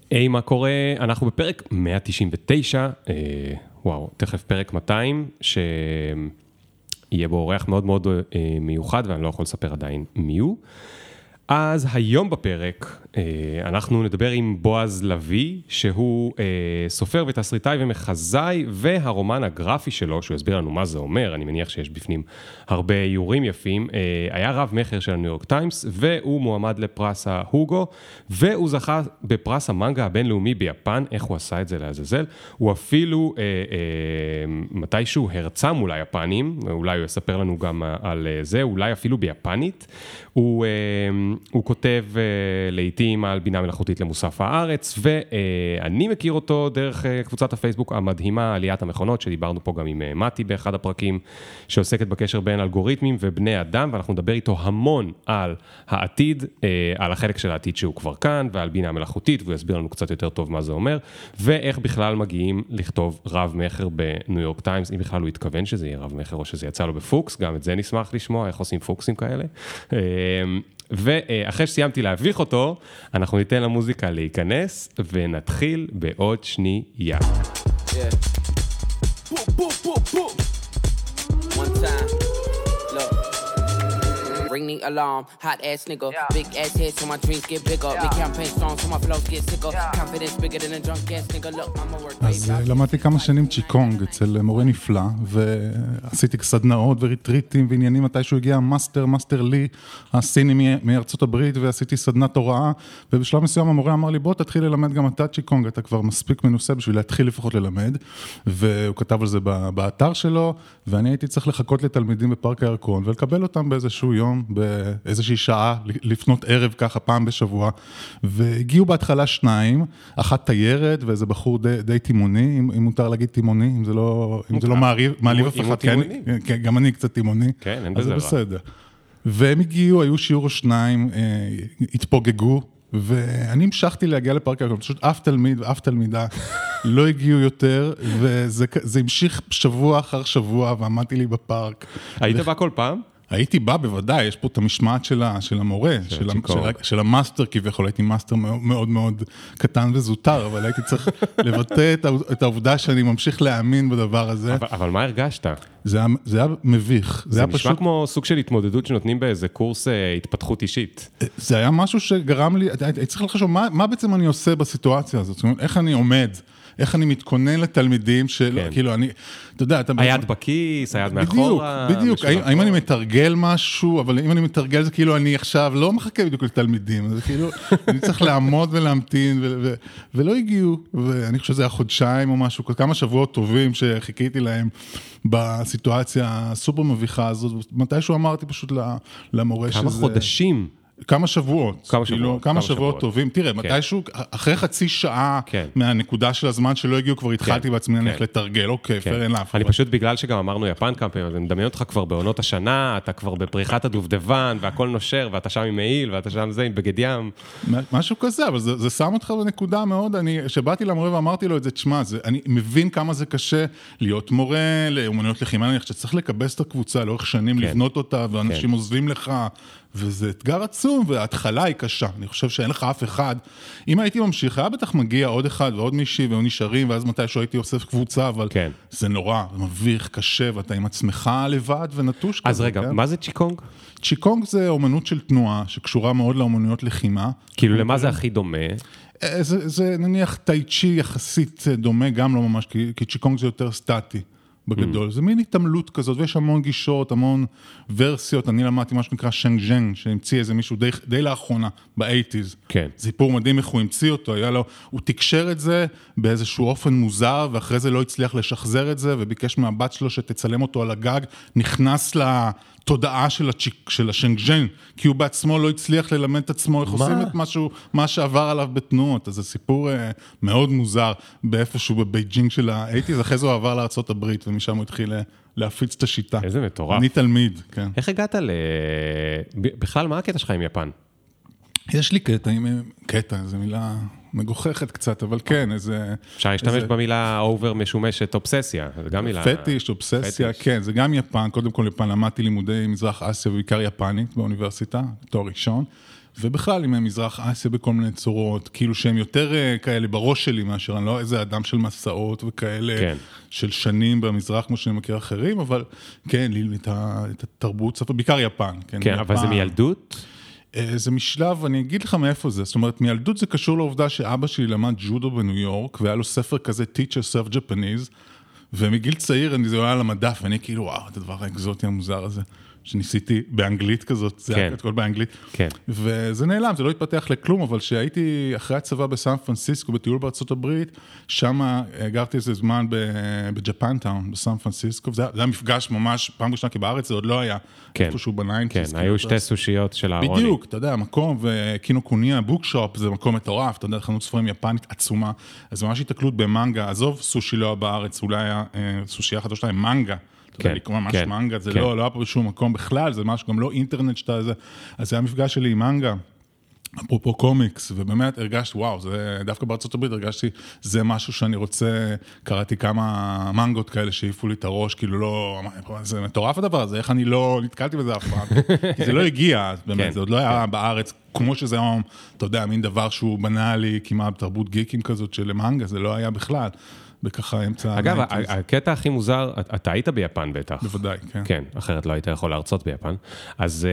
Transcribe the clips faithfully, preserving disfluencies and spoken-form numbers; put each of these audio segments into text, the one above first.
היי, מה קורה? אנחנו בפרק מאה תשעים ותשע, אה, וואו, תכף פרק מאתיים, שיהיה בו אורח מאוד מאוד אה, מיוחד, ואני לא יכול לספר עדיין מי הוא. אז היום בפרק אה, אנחנו נדבר עם בועז לוי, שהוא אה, סופר ותסריטאי ומחזאי, והרומן הגרפי שלו, שהוא יסביר לנו מה זה אומר, אני מניח שיש בפנים הרבה איורים יפים, אה, היה רב מחר של הניו יורק טיימס, והוא מועמד לפרס ההוגו, והוא זכה בפרס המנגה הבינלאומי ביפן. איך הוא עשה את זה לעזאזל? הוא אפילו אה, אה, מתישהו הרצה מול היפנים, אולי הוא יספר לנו גם על זה, אולי אפילו ביפנית. הוא... אה, הוא כותב uh, לעתים על בינה מלאכותית למוסף הארץ, ואני uh, מכיר אותו דרך uh, קבוצת הפייסבוק המדהימה, עליית המכונות, שדיברנו פה גם עם uh, מתי באחד הפרקים, שעוסקת בקשר בין אלגוריתמים ובני אדם, ואנחנו נדבר איתו המון על העתיד, uh, על החלק של העתיד שהוא כבר כאן, ועל בינה מלאכותית, והוא יסביר לנו קצת יותר טוב מה זה אומר, ואיך בכלל מגיעים לכתוב רב מחר בניו יורק טיימס, אם בכלל הוא התכוון שזה יהיה רב מחר, או שזה יצא לו בפוקס, גם את זה נשמח לשמוע, איך עושים פוקסים כאלה. Uh, ואחרי שסיימתי להביך אותו, אנחנו ניתן למוזיקה להיכנס, ונתחיל בעוד שנייה. Yeah. Boop, boop, boop, boop. One time, look. Ring the alarm, hot ass nigga. Yeah. Big ass head so my dreams get bigger. Yeah. Big campaign strong so my flows get sicker. Yeah. Confidence bigger than a drunk ass nigga. Look, I'ma work. אז למדתי כמה שנים צ'יקונג אצל מורה נפלא, ועשיתי סדנאות וריטריטים ועניינים. מתישהו הגיע מאסטר, מאסטר לי, הסיני מארצות הברית, ועשיתי סדנת הוראה, ובשלב מסוים המורה אמר לי, בוא תתחיל ללמד גם אתה צ'יקונג, אתה כבר מספיק מנוסה בשביל להתחיל לפחות ללמד, והוא כתב על זה באתר שלו, ואני הייתי צריך לחכות לתלמידים בפארק הירקון, ולקבל אותם באיזשהו יום, באיזושהי שעה, לפנות ערב ככה, פעם בשבוע, והגיעו בהתחלה שניים, אחת תיירת, ואיזה בחור די, די תימוני, אם, אם מותר להגיד תימוני, אם זה לא, אם זה לא מעליב, מעליב אף אחד, כן, כן, גם אני קצת תימוני, כן, אין בזה רע. אז זה בסדר. והם הגיעו, היו שיעור או שניים, התפוגגו, ואני המשכתי להגיע לפארק הירקון, פשוט אף תלמיד ואף תלמידה לא הגיעו יותר, וזה המשיך שבוע אחר שבוע, ועמדתי לי בפארק. היית בא כל פעם? הייתי בא בוודאי, יש פה את המשמעת של, של המורה, של, של, של, של המאסטר כביכול, הייתי מאסטר מאוד מאוד, מאוד קטן וזוטר, אבל הייתי צריך לבטא את, את העובדה שאני ממשיך להאמין בדבר הזה. אבל, אבל מה הרגשת? זה היה, זה היה מביך. זה, זה היה נשמע פשוט... כמו סוג של התמודדות שנותנים באיזה קורס התפתחות אישית. זה היה משהו שגרם לי, הייתי צריך לחשוב, מה, מה בעצם אני עושה בסיטואציה הזאת? זאת אומרת, איך אני עומד? איך אני מתכונן לתלמידים של, כאילו, אני, אתה יודע, אתה... היד בכיס, היד מאחורה. בדיוק, בדיוק. האם אני מתרגל משהו, אבל אם אני מתרגל זה כאילו אני עכשיו לא מחכה בדיוק לתלמידים, זה כאילו, אני צריך לעמוד ולהמתין, ולא הגיעו, ואני חושב שזה היה חודשיים או משהו, כמה שבועות טובים שחיכיתי להם בסיטואציה הסופר מביכה הזאת, מתישהו אמרתי פשוט למורה שזה... כמה חודשים? כמה שבועות, כמה שבועות, כאילו, כמה שבועות טובים. תראה, כן. מתישהו, אחרי חצי שעה כן. מהנקודה של הזמן שלא הגיעו, כבר התחלתי כן. בעצמי כן. לתרגל, אוקיי, כן. fair enough. אני פשוט בגלל שגם אמרנו יפן קמפים, אז אני מדמיין אותך כבר בעונות השנה, אתה כבר בפריחת הדובדבן, והכל נושר, ואתה שם עם מעיל, ואתה שם זה עם בגד ים. משהו כזה, אבל זה, זה שם אותך בנקודה מאוד, אני, שבאתי למורה ואמרתי לו את זה, תשמע, זה, אני מבין כמה זה קשה להיות מורה לאומנויות לחימה, אני חושב שצריך לקבס את הקבוצה לאורך שנים, כן. לבנות אותה, ואנשים כן. עוזבים לך, וזה אתגר עצום, וההתחלה היא קשה. אני חושב שאין לך אף אחד. אם הייתי ממשיך, היה בטח מגיע עוד אחד ועוד מישהי, והוא נשארים, ואז מתישהו הייתי אוסף קבוצה, אבל כן. זה נורא, זה מביך, קשה, ואתה עם עצמך לבד ונטוש אז כזה. רגע, כן? מה זה צ'יקונג? צ'יקונג זה אומנות של תנועה, שקשורה מאוד לאומנויות לחימה. כאילו, למה זה הכי דומה? זה, זה נניח טייצ'י יחסית דומה, גם לא ממש, כי, כי צ'יקונג זה יותר סטטי. בגדול. זה מין התעמלות כזאת, ויש המון גישות, המון ורסיות. אני למדתי משהו נקרא שנג'ן, שהמציא איזה מישהו די, די לאחרונה, ב-שמונים. כן. זיפור מדהים איך הוא המציא אותו, היה לו, הוא תקשר את זה באיזשהו אופן מוזר, ואחרי זה לא הצליח לשחזר את זה, וביקש מהבת שלו שתצלם אותו על הגג, נכנס לתודעה של, הצ'יק, של השנג'ן, כי הוא בעצמו לא הצליח ללמד את עצמו, איך עושים את משהו, מה שעבר עליו בתנועות. אז זה סיפור אה, מאוד מוזר, באיפשהו בבייג'ינג של ה-שמונים, אחרי זה הוא עבר לארצות הברית, ומשם הוא התחיל להפיץ את השיטה. איזה מטורף. אני תלמיד, כן. איך הגעת ל... בכלל, מה הקטע שלך עם יפן? יש לי קטע, קטע, זו מילה מגוחכת קצת, אבל כן, איזה... אפשר להשתמש במילה אובר משומשת, אובססיה, זה גם מילה... פטיש, אובססיה, כן, זה גם יפן, קודם כל יפן, למדתי לימודי מזרח אסיה, ובעיקר יפנית באוניברסיטה, תואר ראשון, ובכלל עם מזרח אסיה בכל מיני צורות, כאילו שהם יותר כאלה בראש שלי מאשר, אני לא איזה אדם של מסעות וכאלה, כן. של שנים במזרח כמו שאני מכיר אחרים, אבל כן, לי את התרבות, בעיקר יפן. כן, כן אבל זה מילדות? זה משלב, אני אגיד לך מאיפה זה, זאת אומרת, מילדות זה קשור לעובדה שאבא שלי למד ג'ודו בניו יורק, והיה לו ספר כזה, Teacher Self Japanese, ומגיל צעיר אני זה היה על המדף, ואני כאילו, וואו, את הדבר האקזוטי המוזר הזה, שניסיתי באנגלית כזאת, זה היה הכל באנגלית, כן. וזה נעלם, זה לא התפתח לכלום, אבל שהייתי אחרי הצבא בסן פרנסיסקו, בטיול בארצות הברית, שם גרתי איזה זמן בג'פנטאון, בסן פרנסיסקו, וזה היה מפגש ממש, פעם ראשונה, כי בארץ זה עוד לא היה, איפשהו בניינטיז. כן, היו שתי סושיות של הארוני. בדיוק, אתה יודע, המקום, וקינוקוניה, בוקשופ, זה מקום מטורף, אתה יודע, חנות ספרים יפנית עצומה, אז ממש התקלות במנגה, עזוב סושי לא בארץ, אולי היה סושי אחת או שתיים, מנגה, אתה יודע, לקרוא ממש מנגה, זה לא, לא היה פה בשום מקום בכלל, זה משהו, גם לא אינטרנט שאתה, אז זה היה מפגש שלי עם מנגה, אפרופו קומיקס, ובאמת הרגשתי, וואו, זה, דווקא בארצות הברית הרגשתי, זה משהו שאני רוצה, קראתי כמה מנגות כאלה שהעיפו לי את הראש, כאילו לא, זה מטורף הדבר הזה, איך אני לא נתקלתי בזה אף פעם, כי זה לא הגיע, באמת, זה עוד לא היה בארץ, כמו שזה היום, אתה יודע, מין דבר שהוא בנה לי כמעט תרבות גיקים כזאת של מנגה, זה לא היה בכלל. בככה אמצע... אגב, הקטע הכי מוזר, אתה היית ביפן בטח. בוודאי, כן. כן, אחרת לא היית יכול להרצות ביפן. אז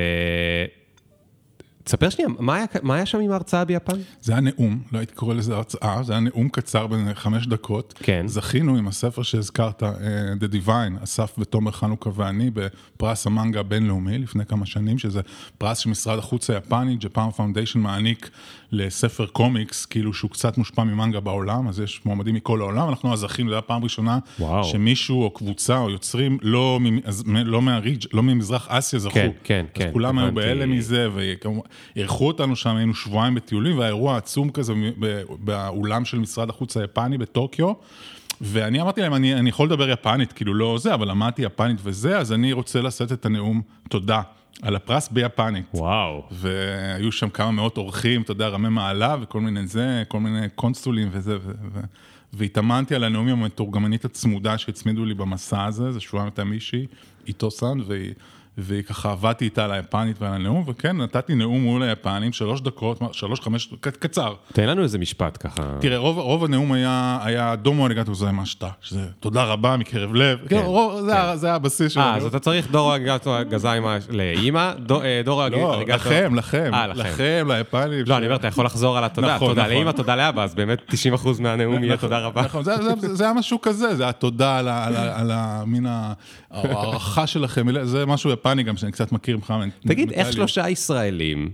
תספר שנייה, מה היה שם עם ההרצאה ביפן? זה היה נאום, לא הייתי קורא לזה הרצאה, זה היה נאום קצר בין חמש דקות. כן. זכינו עם הספר שהזכרת, The Divine, אסף ותומר חנוכה ואני, בפרס המנגה הבינלאומי, לפני כמה שנים, שזה פרס שמשרד החוץ היפני, Japan Foundation מעניק לספר קומיקס, כאילו שהוא קצת מושפע ממנגה בעולם, אז יש מועמדים מכל העולם, אנחנו הזכינו, זה היה פעם ראשונה, וואו. שמישהו או קבוצה או יוצרים לא, לא, מהריג', לא ממזרח אסיה זכו. כן, כן, אז כן. כולם היו בהלם מזה, וערכו אותנו שם, היינו שבועיים בטיולים, והאירוע עצום כזה באולם של משרד החוץ היפני בטוקיו, ואני אמרתי להם, אני, אני יכול לדבר יפנית, כאילו לא זה, אבל למדתי יפנית וזה, אז אני רוצה לשאת את הנאום תודה על הפרס ביפנית. וואו. והיו שם כמה מאות אורחים, אתה יודע, רמי מעלה וכל מיני זה, כל מיני קונסולים וזה, ו... ו... והתאמנתי על הנאום עם המתורגמנית הצמודה שהצמידו לי במסע הזה, זה שורה מתה מישהי, איתו סן, והיא... וככה עבדתי איתה על היפנית ועל הנאום, וכן, נתתי נאום מול היפנים, שלוש דקות, שלוש, חמש, קצר. תן לנו איזה משפט ככה. תראה, רוב, רוב הנאום היה, היה דומו אליגטו זה משתה, שזה תודה רבה מקרב לב, כן, כן, רוב, כן. זה, זה היה הבסיס שלנו. אה, אז אתה צריך דורו אליגטו גזיימה לאמא, דורו אליגטו... לא, לכם, לכם, לכם, ליפנים. לא, אני אומר, אתה יכול לחזור על התודה, תודה לאמא, תודה לאבא, אז באמת תשעים אחוז מהנאום יהיה תודה רבה. נכון, זה היה משהו כזה, זה היה תודה על המין הערכה שלכם, זה משהו יפני גם שאני קצת מכיר ממך. תגיד, איך שלושה ישראלים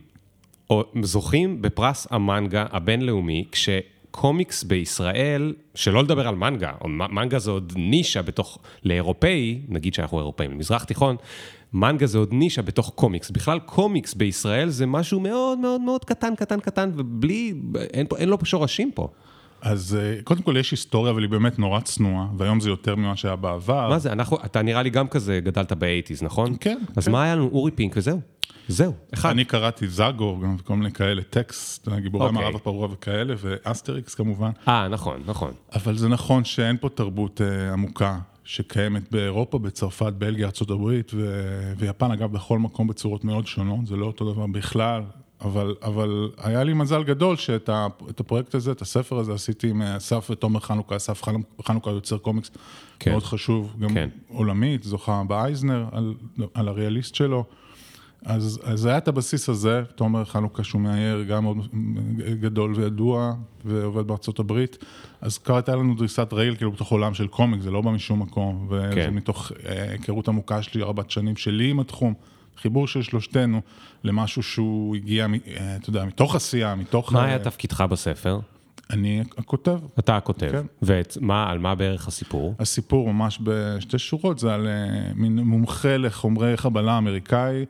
זוכים בפרס המנגה הבינלאומי, כשקומיקס בישראל, שלא לדבר על מנגה, מנגה זה עוד נישה בתוך, לאירופאי, נגיד שאנחנו אירופאים, למזרח תיכון, מנגה זה עוד נישה בתוך קומיקס. בכלל קומיקס בישראל זה משהו מאוד מאוד מאוד קטן, קטן, קטן, ובלי, אין, אין לו שורשים פה. אז קודם כל יש היסטוריה, אבל היא באמת נורא צנועה, והיום זה יותר ממה שהיה בעבר. מה זה? אנחנו, אתה נראה לי גם כזה גדלת ב-שמונים, נכון? כן. אז כן. מה היה לנו? אורי פינק וזהו. זהו, אחד. אני קראתי זאגור, גם וכל מיני כאלה, טקסט, גיבורי okay. מערב הפרוע וכאלה, ואסטריקס כמובן. אה, נכון, נכון. אבל זה נכון שאין פה תרבות אה, עמוקה, שקיימת באירופה, בצרפת, בלגיה, ארצות הברית, ו... ויפן, אגב, בכל מקום בצורות מאוד שונות, זה לא אותו דבר בכלל. אבל, אבל היה לי מזל גדול שאת ה, את הפרויקט הזה, את הספר הזה, עשיתי עם אסף ותומר חנוכה, אסף חנוכה יוצר קומיקס, כן. מאוד חשוב, גם כן. עולמית, זוכה באייזנר, על, על הריאליסט שלו. אז, אז היה את הבסיס הזה, תומר חנוכה שהוא מאייר, גם מאוד גדול וידוע, ועובד בארצות הברית. אז קראתי לנו דריסת רייל, כאילו בתוך עולם של קומיקס, זה לא בא משום מקום, וזה כן. מתוך היכרות עמוקה שלי, ארבעת שנים שלי עם התחום. חיבור של שלושתנו למשהו שהוא הגיע, אתה יודע, מתוך עשייה, מתוך... מה היה תפקידך בספר? אני הכותב. אתה הכותב. כן. ומה, על מה בערך הסיפור? הסיפור ממש בשתי שורות, זה על מין מומחה לחומרי חבלה אמריקאי,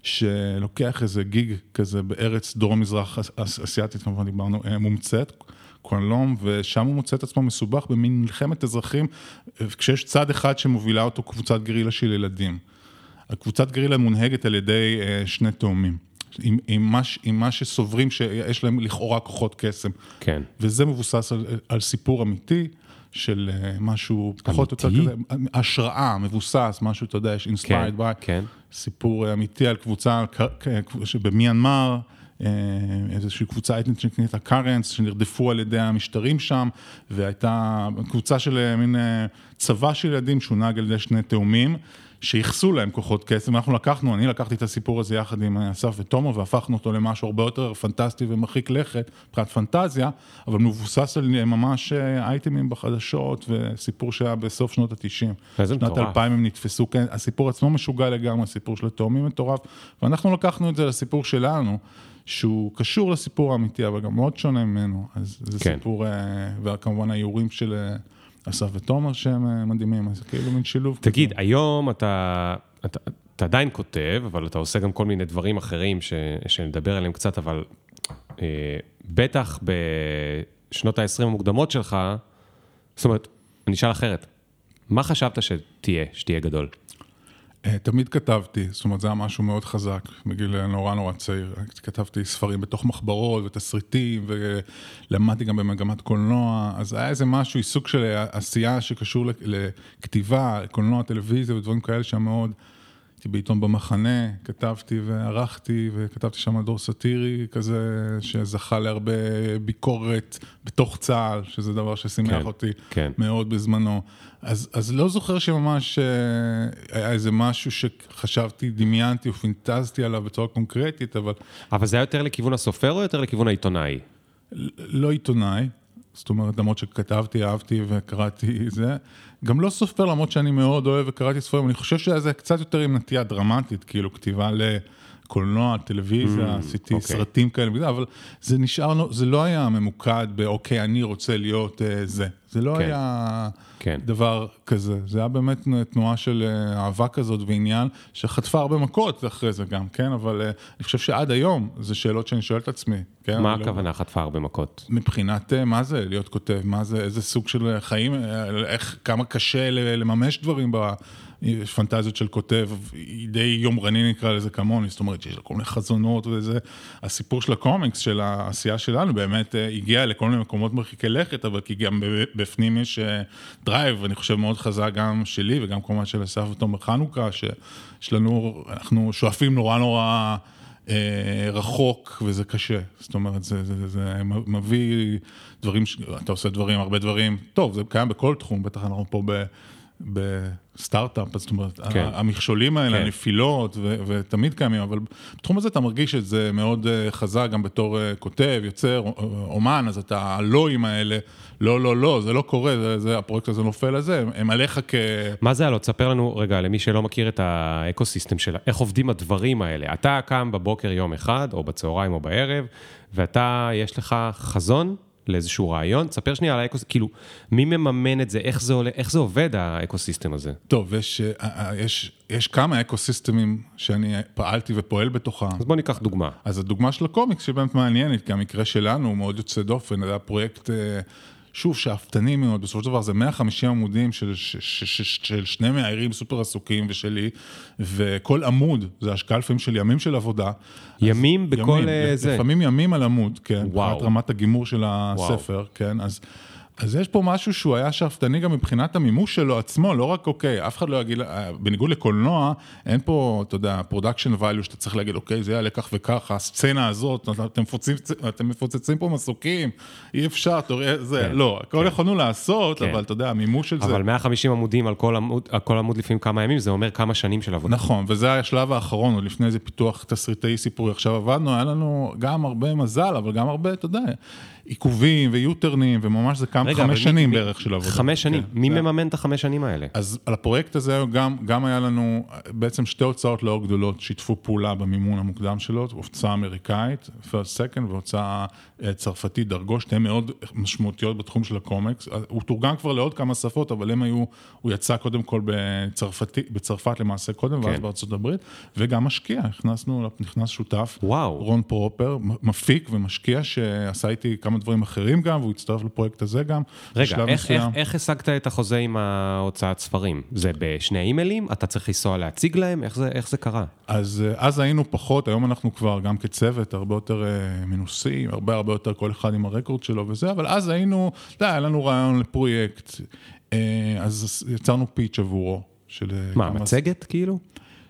שלוקח איזה גיג כזה בארץ דרום מזרח אסיאטית, כמובן דיברנו, מומצאת, קואלום, ושם הוא מוצא את עצמו מסובך במין מלחמת אזרחים, כשיש צד אחד שמובילה אותו קבוצת גרילה של ילדים. הקבוצת גרילה מונהגת על ידי uh, שני תאומים, עם, עם, מה, עם מה שסוברים שיש להם לכאורה כוחות קסם. כן. וזה מבוסס על, על סיפור אמיתי של uh, משהו פחות או יותר כזה, השראה, מבוסס, משהו, אתה יודע, יש inspired כן, by, כן. סיפור אמיתי על קבוצה שבמיינמר, איזושהי קבוצה אתנית שנקראת הקארנס, שנרדפו על ידי המשטרים שם, והייתה קבוצה של מין צבא של ילדים שהונהג על ידי שני תאומים, שיחסו להם כוחות קסם. אנחנו לקחנו, אני לקחתי את הסיפור הזה יחד עם אסף ותומר, והפכנו אותו למשהו הרבה יותר פנטסטי ומרחיק לכת, מבחינת פנטזיה, אבל מבוסס על ממש אייטמים בחדשות, וסיפור שהיה בסוף שנות ה-תשעים. שנת אלפיים הם נתפסו, הסיפור עצמו משוגע לגמרי, הסיפור של התאומים מטורף, ואנחנו לקחנו את זה לסיפור שלנו, שהוא קשור לסיפור האמיתי, אבל גם מאוד שונה ממנו. אז זה כן. סיפור, וכמובן האיורים של אסף ותומר שהם מדהימים, אז כאילו מין שילוב. תגיד, כזה. היום אתה, אתה, אתה עדיין כותב, אבל אתה עושה גם כל מיני דברים אחרים ש, שנדבר עליהם קצת, אבל אה, בטח בשנות ה-עשרים המוקדמות שלך, זאת אומרת, אני אשאל אחרת, מה חשבת שתהיה, שתהיה גדול? תמיד כתבתי, זאת אומרת, זה היה משהו מאוד חזק, בגיל נורא נורא צעיר. כתבתי ספרים בתוך מחברות ותסריטים, ולמדתי גם במגמת קולנוע, אז היה איזה משהו, עיסוק של עשייה שקשור לכתיבה, קולנוע, טלוויזיה ודברים כאלה שמאוד, הייתי בעיתון במחנה, כתבתי וערכתי, וכתבתי שם דור סאטירי כזה, שזכה להרבה ביקורת בתוך צה"ל, שזה דבר ששימח כן, אותי כן. מאוד בזמנו. אז, אז לא זוכר שממש היה איזה משהו שחשבתי, דמיינתי ופינטזתי עליו בצורה קונקרטית, אבל... אבל זה היה יותר לכיוון הסופר או יותר לכיוון העיתונאי? לא עיתונאי, זאת אומרת, למרות שכתבתי, אהבתי וקראתי זה. גם לא סופר, למרות שאני מאוד אוהב וקראתי ספרים, אני חושב שזה קצת יותר עם נטייה דרמטית, כאילו כתיבה לקולנוע, טלוויזיה, עשיתי mm, okay. סרטים כאלה, אבל זה נשאר, זה לא היה ממוקד באוקיי, אני רוצה להיות זה. זה לא כן. היה כן. דבר כזה, זה היה באמת תנועה של אהבה כזאת ועניין, שחטפה הרבה מכות אחרי זה גם, כן? אבל אני חושב שעד היום, זה שאלות שאני שואל את עצמי. כן? מה הכוונה לא... חטפה הרבה מכות? מבחינת מה זה להיות כותב, מה זה, איזה סוג של חיים, איך, כמה קשה לממש דברים בפנטזיות של כותב, די יומרני נקרא לזה כמוני, זאת אומרת שיש כל מיני חזונות וזה, הסיפור של הקומיקס, של העשייה שלנו, באמת הגיע לכל מיני מקומות מרחיקי לכת, אבל כי גם בפנים יש דרייב, אני חושב מאוד חזק גם שלי, וגם כמובן של אסף ותומר חנוכה, שיש לנו, אנחנו שואפים נורא נורא אה, רחוק, וזה קשה. זאת אומרת, זה, זה, זה מביא דברים, אתה עושה דברים, הרבה דברים, טוב, זה קיים בכל תחום, בטח אנחנו פה ב... בסטארט-אפ, זאת אומרת, כן. המכשולים האלה, כן. הנפילות, ו- ותמיד קיימים, אבל בתחום הזה אתה מרגיש את זה מאוד חזק, גם בתור כותב, יוצר, אומן, אז אתה, הלואים האלה, לא, לא, לא, זה לא קורה, זה, זה, הפרויקט הזה נופל לזה, הם עליך כ... מה זה הלא? תספר לנו, רגע, למי שלא מכיר את האקוסיסטם שלה, איך עובדים הדברים האלה? אתה קם בבוקר יום אחד, או בצהריים או בערב, ואתה, יש לך חזון, לאיזשהו רעיון, תספר שנייה על האקוסיסטם, כאילו, מי מממן את זה, איך זה, עולה, איך זה עובד האקוסיסטם הזה? טוב, יש, יש, יש כמה אקוסיסטמים שאני פעלתי ופועל בתוכה. אז בוא ניקח דוגמה. אז הדוגמה של הקומיקס שבאמת מעניינת, כי המקרה שלנו הוא מאוד יוצא דופן, זה היה פרויקט, שוב, שאפתני מאוד, בסופו של דבר זה מאה וחמישים עמודים של, ש, ש, ש, של שני מאיירים סופר עסוקים ושלי, וכל עמוד, זה השקעה לפעמים של ימים של עבודה. ימים בכל ימים, זה? לפעמים ימים על עמוד, כן. וואו. רמת הגימור של הספר, וואו. כן, אז... אז יש פה משהו שהוא היה שאפתני גם מבחינת המימוש שלו עצמו, לא רק אוקיי, אף אחד לא יגיד, בניגוד לקולנוע, אין פה, אתה יודע, production value שאתה צריך להגיד, אוקיי, זה יעלה כך וכך, הסצנה הזאת, אתם מפוצצים, אתם מפוצצים פה מסוקים, אי אפשר, תראה, זה, כן, לא, הכל כן. יכולנו לעשות, כן. אבל אתה יודע, המימוש של אבל זה... אבל מאה וחמישים עמודים על כל עמוד, על כל עמוד לפעמים כמה ימים, זה אומר כמה שנים של עבודה. נכון, וזה היה השלב האחרון, עוד לפני זה פיתוח תסריטאי סיפורי. עכשיו עבדנו, היה לנו גם הרבה מזל, אבל גם הרבה, אתה יודע, עיכובים ויוטרנים, וממש זה כמה חמש שנים בערך של עבודה. חמש שנים? מי מממן את החמש שנים האלה? אז על הפרויקט הזה גם, גם היה לנו בעצם שתי הוצאות לא גדולות, שיתפו פעולה במימון המוקדם שלו, הוצאה אמריקאית, first second, והוצאה צרפתית דרגו, שתיהן מאוד משמעותיות בתחום של הקומיקס. הוא תורגם כבר לעוד כמה שפות, אבל הם היו, הוא יצא קודם כל בצרפתי, בצרפת למעשה קודם, ואז בארצות הברית, וגם משקיע, נכנסנו, נכנס שותף, וואו. רון פרופר, מפיק ומשקיע, שעשה איתי כמה דברים אחרים גם, והוא הצטרף לפרויקט הזה גם. רגע, איך, איך, איך השגת את החוזה עם ההוצאת ספרים? זה בשני אימיילים? אתה צריך לנסוע להציג להם? איך זה, איך זה קרה? אז, אז היינו פחות, היום אנחנו כבר גם כצוות, הרבה יותר מנוסים, הרבה הרבה יותר כל אחד עם הרקורד שלו וזה, אבל אז היינו, לא, היה לנו רעיון לפרויקט, אז יצרנו פיץ' עבורו. מה, מצגת כאילו?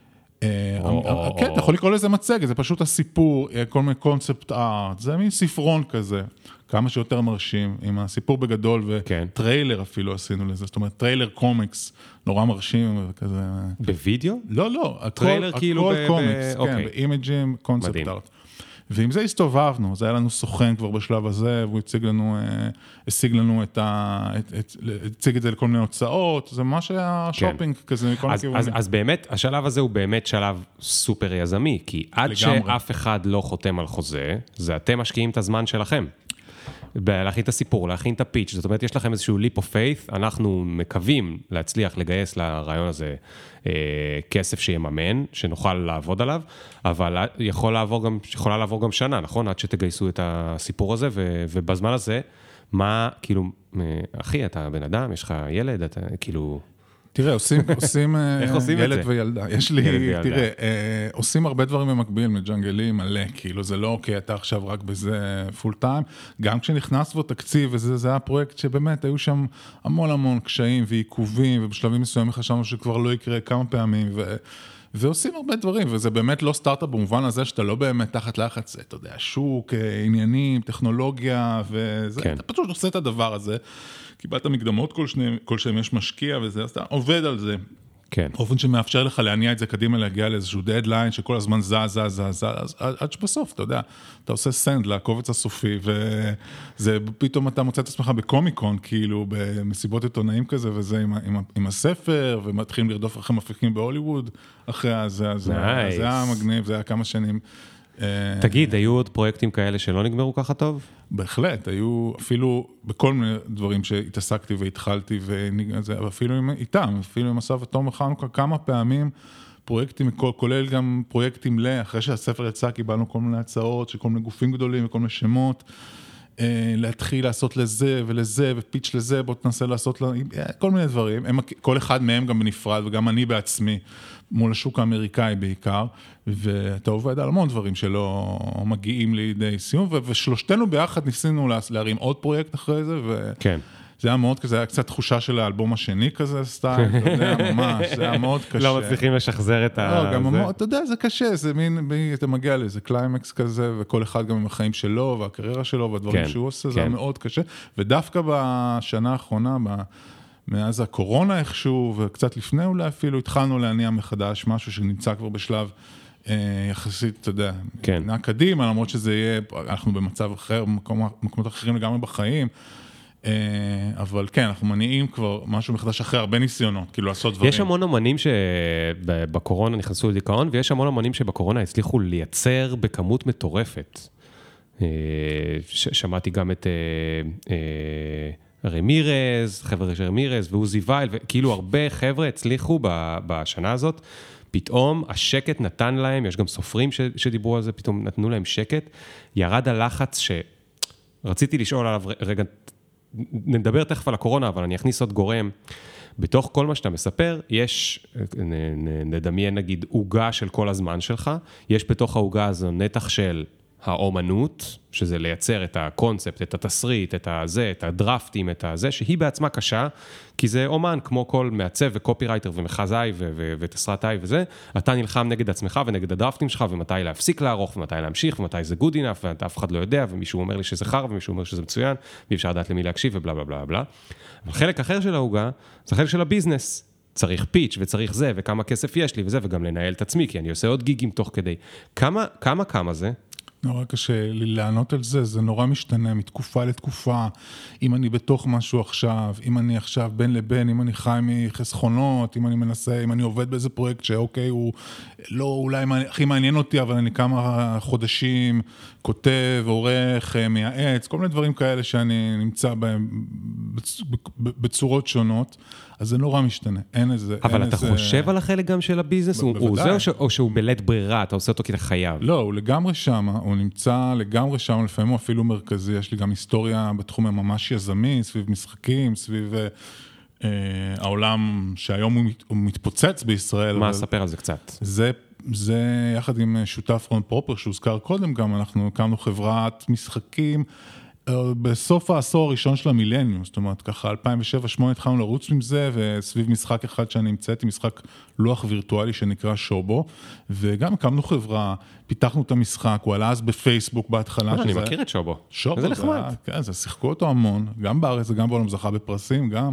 כן, אתה יכול לקרוא לזה מצגת, זה פשוט הסיפור, כל מיני קונספט ארט, זה מין ספרון כזה, כמה שיותר מרשים, עם הסיפור בגדול, וטריילר אפילו עשינו לזה, זאת אומרת, טריילר קומיקס, נורא מרשים וכזה. בווידאו? לא, לא, טריילר כאילו הכל קומיקס, כן, באימג'ים, קונספט ארט. ועם זה הסתובבנו, זה היה לנו סוכן כבר בשלב הזה, והוא הציג לנו, השיג לנו את ה... הציג את זה לכל מיני הוצאות, זה ממש היה שופינג כזה מכל הכיוונים. אז באמת, השלב הזה הוא באמת שלב סופר יזמי, כי עד שאף אחד לא חותם על חוזה, זה אתם משקיעים את הזמן שלכם. להכין את הסיפור, להכין את הפיץ', זאת אומרת, יש לכם איזשהו leap of faith, אנחנו מקווים להצליח לגייס לרעיון הזה אה, כסף שיממן, שנוכל לעבוד עליו, אבל יכול לעבור גם, יכולה לעבור גם שנה, נכון? עד שתגייסו את הסיפור הזה, ו, ובזמן הזה, מה, כאילו, אחי, אתה בן אדם, יש לך ילד, אתה, כאילו... תראה, עושים, עושים, עושים ילד וילדה, יש לי, תראה, עושים הרבה דברים במקביל, מג'נגלים מלא, כאילו זה לא אוקיי, אתה עכשיו רק בזה פול טיים, גם כשנכנס בו תקציב, וזה זה היה פרויקט שבאמת היו שם המון המון קשיים ועיכובים, ובשלבים מסוימים חשבנו שכבר לא יקרה כמה פעמים, ו... ועושים הרבה דברים, וזה באמת לא סטארט-אפ במובן הזה שאתה לא באמת תחת לחץ, אתה יודע, שוק, עניינים, טכנולוגיה, וזה, כן. אתה פשוט עושה את הדבר הזה, קיבלת מקדמות כל שני, כל שהם יש משקיע וזה, אז אתה עובד על זה. כן. אופן שמאפשר לך להניע את זה קדימה, להגיע לאיזשהו דדליין, שכל הזמן זז, זז, זז, זז, עד שבסוף, אתה יודע, אתה עושה סנד לקובץ הסופי, וזה, פתאום אתה מוצא את עצמך בקומיקון, כאילו, במסיבות עיתונאים כזה, וזה עם, עם, עם הספר, ומתחילים לרדוף אחרי מפיקים בהוליווד, אחרי הזה, זה היה מגניב, זה היה כמה שנים. תגיד, היו עוד פרויקטים כאלה שלא נגמרו ככה טוב? בהחלט, היו אפילו בכל מיני דברים שהתעסקתי והתחלתי, ואפילו איתם, אפילו עם אסף ותומר חנוכה, כמה פעמים פרויקטים, כולל גם פרויקטים ל, אחרי שהספר יצא, קיבלנו כל מיני הצעות, של כל מיני גופים גדולים וכל מיני שמות, להתחיל לעשות לזה ולזה, ופיץ' לזה, בוא תנסה לעשות כל מיני דברים, כל אחד מהם גם בנפרד, וגם אני בעצמי, מול השוק האמריקאי בעיקר, ואתה עובד על המון דברים שלא מגיעים לידי סיום, ושלושתנו ביחד ניסינו להרים עוד פרויקט אחרי זה, כן. זה היה מאוד כזה, היה קצת תחושה של האלבום השני כזה, סטייל, אתה יודע, ממש, זה היה מאוד קשה. לא מצליחים לשחזר את ה... לא, גם ממש, אתה יודע, זה קשה, זה מין, אתה מגיע לאיזה קליימקס כזה, וכל אחד גם עם החיים שלו, והקריירה שלו, והדברים שהוא עושה, זה היה מאוד קשה, ודווקא בשנה האחרונה, מאז הקורונה איכשהו, וקצת לפני אולי אפילו, התחלנו להניע מחדש משהו שנמצא כבר בשלב יחסית, אתה יודע, נע קדימה, למרות שזה יהיה, אנחנו במצב אחר, מקומות אחרים לגמרי בחיים, אבל כן, אנחנו מניעים כבר משהו מחדש אחרי הרבה ניסיונות, כאילו לעשות דברים. יש המון אמנים שבקורונה נכנסו לדיכאון, ויש המון אמנים שבקורונה הצליחו לייצר בכמות מטורפת. שמעתי גם את רמירז, חבר'ה של רמירז, ועוזי וייל, וכאילו הרבה חבר'ה הצליחו בשנה הזאת, פתאום השקט נתן להם, יש גם סופרים שדיברו על זה, פתאום נתנו להם שקט, ירד הלחץ שרציתי לשאול עליו רגע, נדבר תכף על הקורונה, אבל אני אכניס עוד גורם. בתוך כל מה שאתה מספר, יש, נדמיין נגיד, עוגה של כל הזמן שלך, יש בתוך העוגה הזו נתח של האומנות, שזה לייצר את הקונספט, את התסריט, את הזה, את הדרפטים, את הזה, שהיא בעצמה קשה, כי זה אומן כמו כל מעצב וקופירייטר ומחזאי ותסרטאי וזה, אתה נלחם נגד עצמך ונגד הדרפטים שלך, ומתי להפסיק לערוך, ומתי להמשיך, ומתי זה good enough, ואף אחד לא יודע, ומישהו אומר לי שזה חר, ומישהו אומר שזה מצוין, ואי אפשר לדעת למי להקשיב, ובלה בלה בלה בלה. אבל חלק אחר של ההוגה, זה חלק של הביזנס. צריך פיץ' וצריך זה, וכמה כסף יש לי וזה, וגם לנהל את עצמי, כי אני עושה עוד גיגים תוך כדי. כמה, כמה, כמה זה? נורא קשה לי לענות על זה, זה נורא משתנה מתקופה לתקופה, אם אני בתוך משהו עכשיו, אם אני עכשיו בין לבין, אם אני חי מחסכונות, אם אני מנסה, אם אני עובד באיזה פרויקט שאוקיי, הוא לא אולי הכי מעניין אותי, אבל אני כמה חודשים כותב, עורך, מייעץ, כל מיני דברים כאלה שאני נמצא בהם בצורות שונות, אז זה נורא משתנה, אין איזה... אבל אין אתה איזה... חושב על החלק גם של הביזנס? הוא, הוא זה או, ש... או שהוא בלית ברירה, אתה עושה אותו כי אתה חייב? לא, הוא לגמרי שם, הוא נמצא לגמרי שם, לפעמים הוא אפילו מרכזי, יש לי גם היסטוריה בתחום הממש יזמי, סביב משחקים, סביב אה, העולם שהיום הוא, מת, הוא מתפוצץ בישראל. מה, ספר על זה קצת. זה, זה יחד עם שותף רון פרופר, שהוזכר קודם גם, אנחנו הקמנו חברת משחקים, בסוף העשור הראשון של המילניום, זאת אומרת, ככה אלפיים ושבע אלפיים ושמונה התחלנו לרוץ עם זה, וסביב משחק אחד שאני המצאתי, משחק לוח וירטואלי שנקרא שובו, וגם הקמנו חברה, פיתחנו את המשחק, הוא עלה אז בפייסבוק בהתחלה. אני מכיר את שובו. שובו, זה נחמד. כן, זה שיחקו אותו המון, גם בארץ וגם בעולם, זכה בפרסים, גם.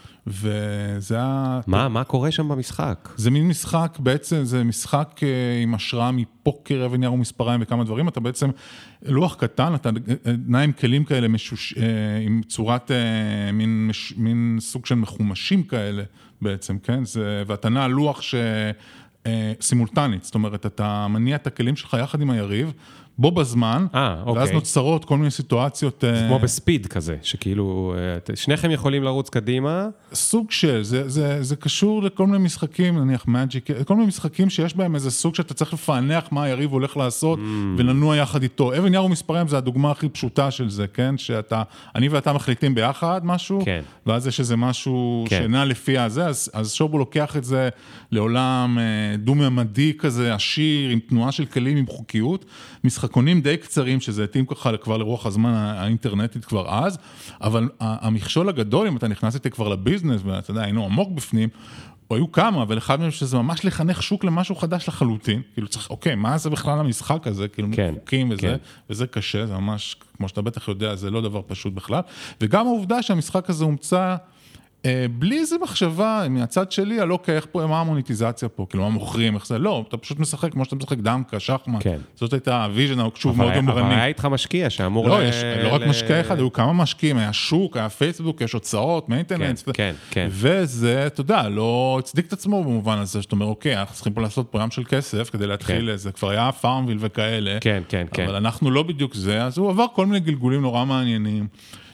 וזה היה... מה, מה קורה שם במשחק? זה מין משחק, בעצם זה משחק עם השראה מפוקר, אבן נייר ומספריים וכמה דברים, אתה בעצם לוח קטן, אתה נע עם כלים כאלה משוש... עם צורת מין, מין סוג של מחומשים כאלה בעצם, כן? זה... ואתה נע לוח ש... סימולטנית, זאת אומרת, אתה מניע את הכלים שלך יחד עם היריב, בו בזמן, אה, אוקיי. ואז נוצרות כל מיני סיטואציות... זה כמו בספיד כזה, שכאילו, שניכם יכולים לרוץ קדימה. סוג של, זה, זה, זה קשור לכל מיני משחקים, נניח מג'יק, כל מיני משחקים שיש בהם איזה סוג שאתה צריך לפענח מה היריב הולך לעשות, mm. ולנוע יחד איתו. אבן נייר ומספריים זה הדוגמה הכי פשוטה של זה, כן? שאתה, אני ואתה מחליטים ביחד משהו, כן. ואז יש איזה משהו כן. שנע לפי הזה, אז, אז שובו לוקח את זה לעולם דו-ממדי כזה, עשיר, עם תנועה של כלים, עם חוקיות, משחקונים די קצרים, שזה התאים ככה כבר לרוח הזמן האינטרנטית כבר אז, אבל המכשול הגדול, אם אתה נכנס איתי כבר לביזנס, ואתה יודע, היינו עמוק בפנים, היו כמה, אבל אחד מהם שזה ממש לחנך שוק למשהו חדש לחלוטין, כאילו צריך, אוקיי, מה זה בכלל המשחק הזה, כאילו כן, חוקים וזה, כן. וזה קשה, זה ממש, כמו שאתה בטח יודע, זה לא דבר פשוט בכלל, וגם העובדה שהמשחק הזה הומצא, בלי איזה מחשבה, מהצד שלי, לא כאיך פה, מה המוניטיזציה פה, כאילו, מה מוכרים, איך זה, לא, אתה פשוט משחק כמו שאתה משחק דמקה, שחמט, כן. זאת הייתה הוויז'ן, הקשוב מאוד אמרני. אבל היה איתך משקיע שאמור... לא, יש, לא רק משקיע אחד, היו כמה משקיעים, היה שוק, היה פייסבוק, יש הוצאות, מיינטננס, כן, כן, כן. וזה, אתה יודע, לא הצדיק את עצמו במובן הזה, שאתה אומר, אוקיי, אנחנו צריכים פה לעשות פה ים של כסף, כדי להתחיל לזה, כבר היה פארמוויל וכאלה, כן, כן, כן. אבל אנחנו לא בדיוק זה, אז הוא עבר כל מיני גלגולים נורא מעניינים.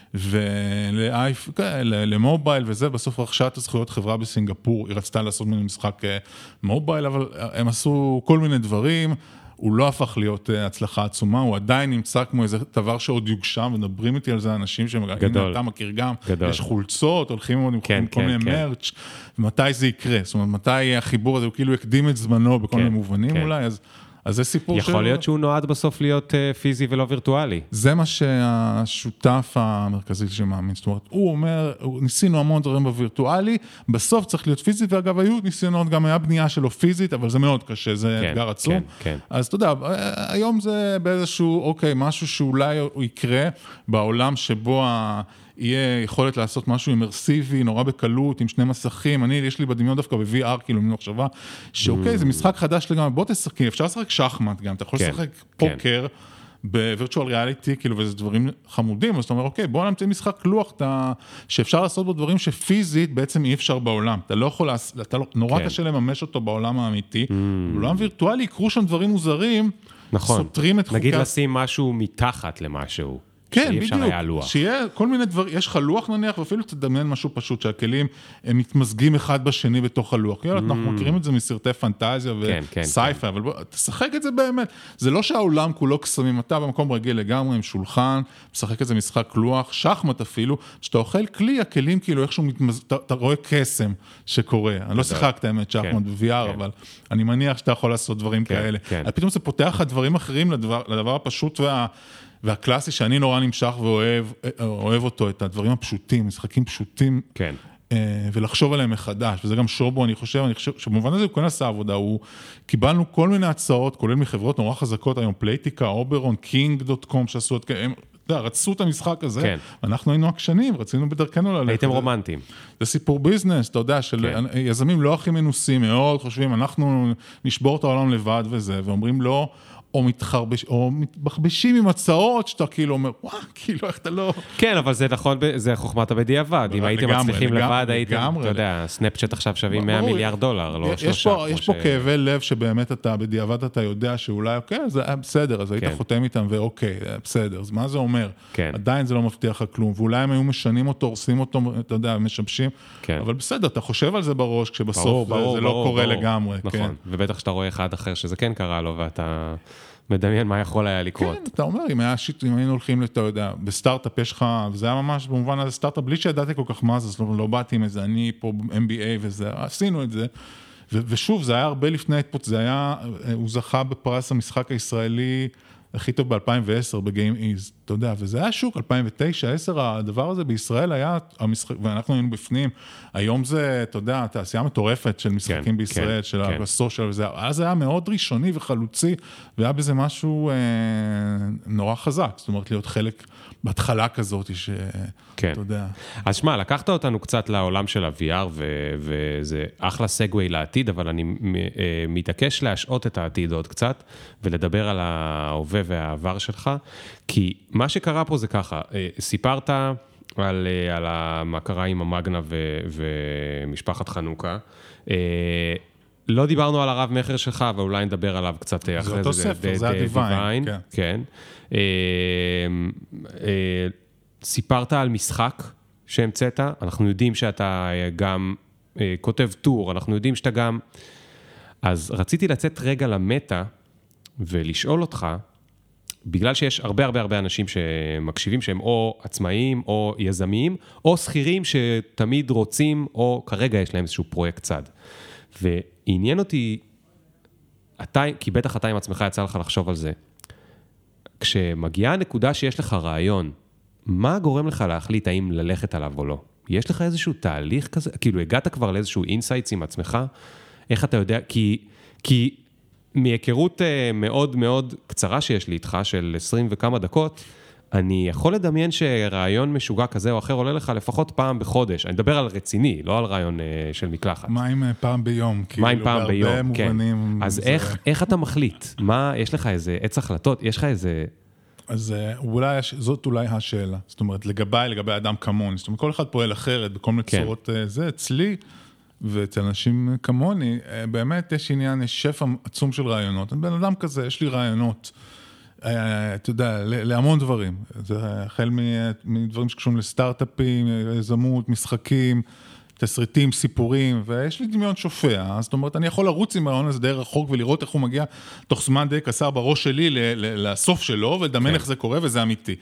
ולמובייל וזה, בסוף רכשה את הזכויות חברה בסינגפור, היא רצתה לעשות מיני משחק מובייל, אבל הם עשו כל מיני דברים, הוא לא הפך להיות הצלחה עצומה, הוא עדיין נמצא כמו איזה דבר שעוד יוגשם, ונדברים איתי על זה אנשים שמגעים, אתה מכיר גם, יש חולצות, הולכים עם כל מיני מרץ', ומתי זה יקרה, זאת אומרת, מתי החיבור הזה, הוא כאילו הקדים את זמנו בכל מיני מובנים אולי, אז... אז זה סיפור יכול של... להיות שהוא נועד בסוף להיות uh, פיזי ולא וירטואלי. זה מה שהשותף המרכזי שמאמין, זאת אומרת, הוא אומר, ניסינו המון דברים בווירטואלי, בסוף צריך להיות פיזי, ואגב, היו ניסיונות, גם היה בנייה שלו פיזית, אבל זה מאוד קשה, זה כן, אתגר עצום. כן, כן. אז אתה יודע, היום זה באיזשהו, אוקיי, משהו שאולי הוא יקרה בעולם שבו ה... יהיה יכולת לעשות משהו אימרסיבי, נורא בקלות, עם שני מסכים, אני, יש לי בדמיון דווקא ב-וי אר, כאילו, מן מחשבה, שאוקיי, זה משחק חדש לגמרי, בוא תשחקי, אפשר לשחק שחמט גם, אתה יכול לשחק פוקר, בווירטואל ריאליטי, כאילו, וזה דברים חמודים, אז אתה אומר, אוקיי, בוא נמצא משחק לוח, שאפשר לעשות בו דברים שפיזית בעצם אי אפשר בעולם, אתה לא יכול, אתה נורא קשה לממש אותו בעולם האמיתי, בעולם וירטואלי יקרו שם דברים מוזרים, סותרים את חוקי... נגיד לשים משהו מתחת למשהו. כן, בדיוק, שיהיה כל מיני דבר, יש לך לוח נניח, ואפילו תדמיין משהו פשוט, שהכלים הם מתמזגים אחד בשני בתוך הלוח, יאללה, אנחנו מכירים את זה מסרטי פנטזיה וסייפה, אבל בוא, תשחק את זה באמת, זה לא שהעולם כולו קסמים, אתה במקום רגיל לגמרי עם שולחן, משחק את זה משחק לוח, שחמט אפילו, שאתה אוכל כלי, הכלים כאילו איכשהו מתמזג, אתה רואה קסם שקורה, אני לא שיחקת האמת שחמט ב-וי אר, אבל אני מניח שאתה יכול לעשות דברים כאלה, פתאום זה פותח דברים אחרים לדבר הפשוט וה והקלאסי שאני נורא נמשך ואוהב, אוהב אותו, את הדברים הפשוטים, משחקים פשוטים, כן. ולחשוב עליהם מחדש, וזה גם שובו, אני חושב, אני חושב, שבמובן הזה הוא כן עשה עבודה, הוא, קיבלנו כל מיני הצעות, כולל מחברות נורא חזקות, היום פלייטיקה, אוברון, קינג דוט קום, שעשו את, הם, אתה יודע, רצו את המשחק הזה, כן. אנחנו היינו עקשנים, רצינו בדרכנו ללכת. הייתם רומנטיים. זה סיפור ביזנס, אתה יודע, של כן. יזמים לא הכי מנוסים, מאוד חושבים, אנחנו נשבור את העולם לבד וזה, ואומרים לא, או מתחרבש, או מתבחבשים עם הצעות, שאתה כאילו אומר, וואו, כאילו, איך אתה לא... כן, אבל זה נכון, זה חוכמת הבדיעבד. אם הייתם מצליחים לבד, הייתם, אתה יודע, סנאפצ'אט עכשיו שווים מאה מיליארד דולר, לא שלושה. יש פה כאבי לב שבאמת אתה בדיעבד, אתה יודע שאולי, אוקיי, זה בסדר, אז היית חותם איתם, ואוקיי, בסדר, אז מה זה אומר? עדיין זה לא מבטיח כלום, ואולי הם היו משנים אותו, עושים אותו, אתה יודע, משבשים, אבל בסדר, אתה חושב על זה בראש, כשבסוף זה לא קורה לגמרי. נכון, ובטח שאתה רואה אחד אחר שזה כן קרה לו, ואתה מדמיין מה יכול היה לקרות. כן, אתה אומר, אם היה שיט, אם היינו הולכים, אתה יודע, בסטארט-אפ יש לך, וזה היה ממש במובן הזה סטארט-אפ, בלי שידעתי כל כך מה זה, זאת אומרת, לא באתי עם איזה, אני פה אם בי איי וזה, עשינו את זה, ושוב, זה היה הרבה לפני ההתפוצ, זה היה, הוא זכה בפרס המשחק הישראלי הכי טוב ב-אלפיים ועשר בגיים איז, אתה יודע, וזה היה שוק, אלפיים ותשע, עשר, הדבר הזה בישראל היה, המשחק, ואנחנו היינו בפנים, היום זה, אתה יודע, תעשייה מטורפת של משחקים כן, בישראל, כן, של כן. הסושיאל וזה, אז זה היה מאוד ראשוני וחלוצי, והיה בזה משהו אה, נורא חזק, זאת אומרת, להיות חלק בהתחלה כזאת, שאתה כן. יודע. אז שמע, לקחת אותנו קצת לעולם של ה-וי אר, ו- וזה אחלה סגווי לעתיד, אבל אני מתעקש להשעות את העתיד עוד קצת, ולדבר על ההווה והעבר שלך, כי מה שקרה פה זה ככה, סיפרת על, על מה קרה עם המגנה ו- ומשפחת חנוכה, לא דיברנו על הרב מחר שלך, אבל אולי נדבר עליו קצת אחרי זה. זה אותו ספר, זה הדיוויין. כן. סיפרת על משחק שהמצאת, אנחנו יודעים שאתה גם כותב טור, אנחנו יודעים שאתה גם... אז רציתי לצאת רגע למטה ולשאול אותך, בגלל שיש הרבה הרבה הרבה אנשים שמקשיבים שהם או עצמאיים או יזמיים, או שכירים שתמיד רוצים, או כרגע יש להם איזשהו פרויקט צד. ועניין אותי, אתה, כי בטח אתה עם עצמך יצא לך לחשוב על זה, כשמגיעה הנקודה שיש לך רעיון, מה גורם לך להחליט האם ללכת עליו או לא? יש לך איזשהו תהליך כזה? כאילו הגעת כבר לאיזשהו אינסייטס עם עצמך? איך אתה יודע? כי, כי מהיכרות מאוד מאוד קצרה שיש לי איתך, של עשרים וכמה דקות, אני יכול לדמיין שרעיון משוגע כזה או אחר עולה לך לפחות פעם בחודש. אני מדבר על רציני, לא על רעיון של מקלחת. מה עם פעם ביום? מה עם פעם ביום, כן. אז זה... איך, איך אתה מחליט? מה, יש לך איזה עץ החלטות? יש לך איזה... אז אולי, זאת אולי השאלה. זאת אומרת, לגבי, לגבי אדם כמוני. זאת אומרת, כל אחד פועל אחרת, בכל מיני כן. צורות זה. אצלי, ואצל אנשים כמוני, באמת יש עניין, יש שפע עצום של רעיונות. אני בן אדם כזה, יש לי רעיונות. אתה יודע, להמון דברים. זה החל מדברים שקשורים לסטארט-אפים, יזמות, משחקים, תסריטים, סיפורים, ויש לי דמיון שופע. זאת אומרת, אני יכול לרוץ עם הרעיון הזה די רחוק, ולראות איך הוא מגיע תוך זמן די קצר בראש שלי לסוף שלו, ולדמיין איך זה קורה, וזה אמיתי.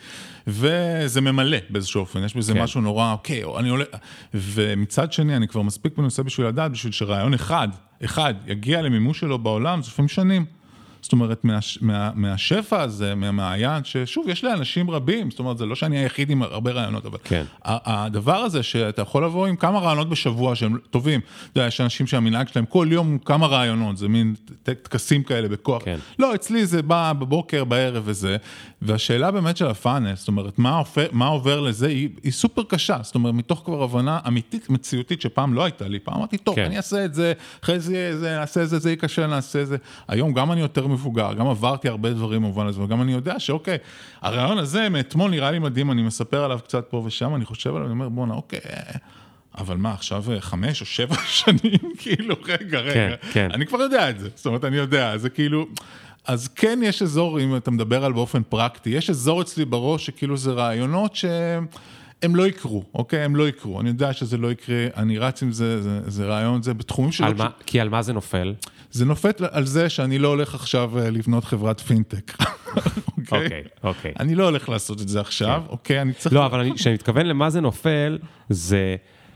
וזה ממלא באיזשהו אופן, יש בזה משהו נורא, אוקיי, אני עולה... ומצד שני, אני כבר מספיק בנושא בשביל לדעת, בשביל שרעיון אחד, אחד, יגיע למימוש שלו בעולם, זה לפעמים שנים. זאת אומרת, מה, מה, מהשפע הזה, מהמעיין, ששוב, יש לאנשים רבים, זאת אומרת, זה לא שאני היחיד עם הרבה רעיונות, אבל כן. הדבר הזה שאתה יכול לבוא עם כמה רעיונות בשבוע שהם טובים, אתה יודע, יש אנשים שהמנהג שלהם כל יום כמה רעיונות, זה מין תקסים כאלה בכוח. כן. לא, אצלי זה בא בבוקר, בערב וזה, והשאלה באמת של הפאנל, זאת אומרת, מה עובר, מה עובר לזה, היא, היא סופר קשה, זאת אומרת, מתוך כבר הבנה אמיתית, מציאותית, שפעם לא הייתה לי, פעם אמרתי, טוב, כן. אני אעשה את זה, אחרי זה, זה, נעשה את זה, זה יהיה קשה, נעשה את זה. היום גם אני יותר מבוגר, גם עברתי הרבה דברים במובן הזה, וגם אני יודע שאוקיי, הרעיון הזה מאתמול נראה לי מדהים, אני מספר עליו קצת פה ושם, אני חושב עליו, אני אומר, בוא נה, אוקיי, אבל מה, עכשיו חמש או שבע שנים, כאילו, רגע, רגע, כן, כן. אני כבר יודע את זה, זאת אומרת, אני יודע, זה כאילו, אז כן יש אזור, אם אתה מדבר על באופן פרקטי, יש אזור אצלי בראש שכאילו זה רעיונות שהם, הם לא יקרו, אוקיי? הם לא יקרו. אני יודע שזה לא יקרה, אני רץ עם זה, זה, זה רעיון, זה בתחומים שלו. מה, ש... כי על מה זה נופל? זה נופל על זה שאני לא הולך עכשיו לבנות חברת פינטק. אוקיי, אוקיי. אוקיי. אני לא הולך לעשות את זה עכשיו, כן. אוקיי? אני צריך... לא, אבל אני, כשאני מתכוון למה זה נופל, זה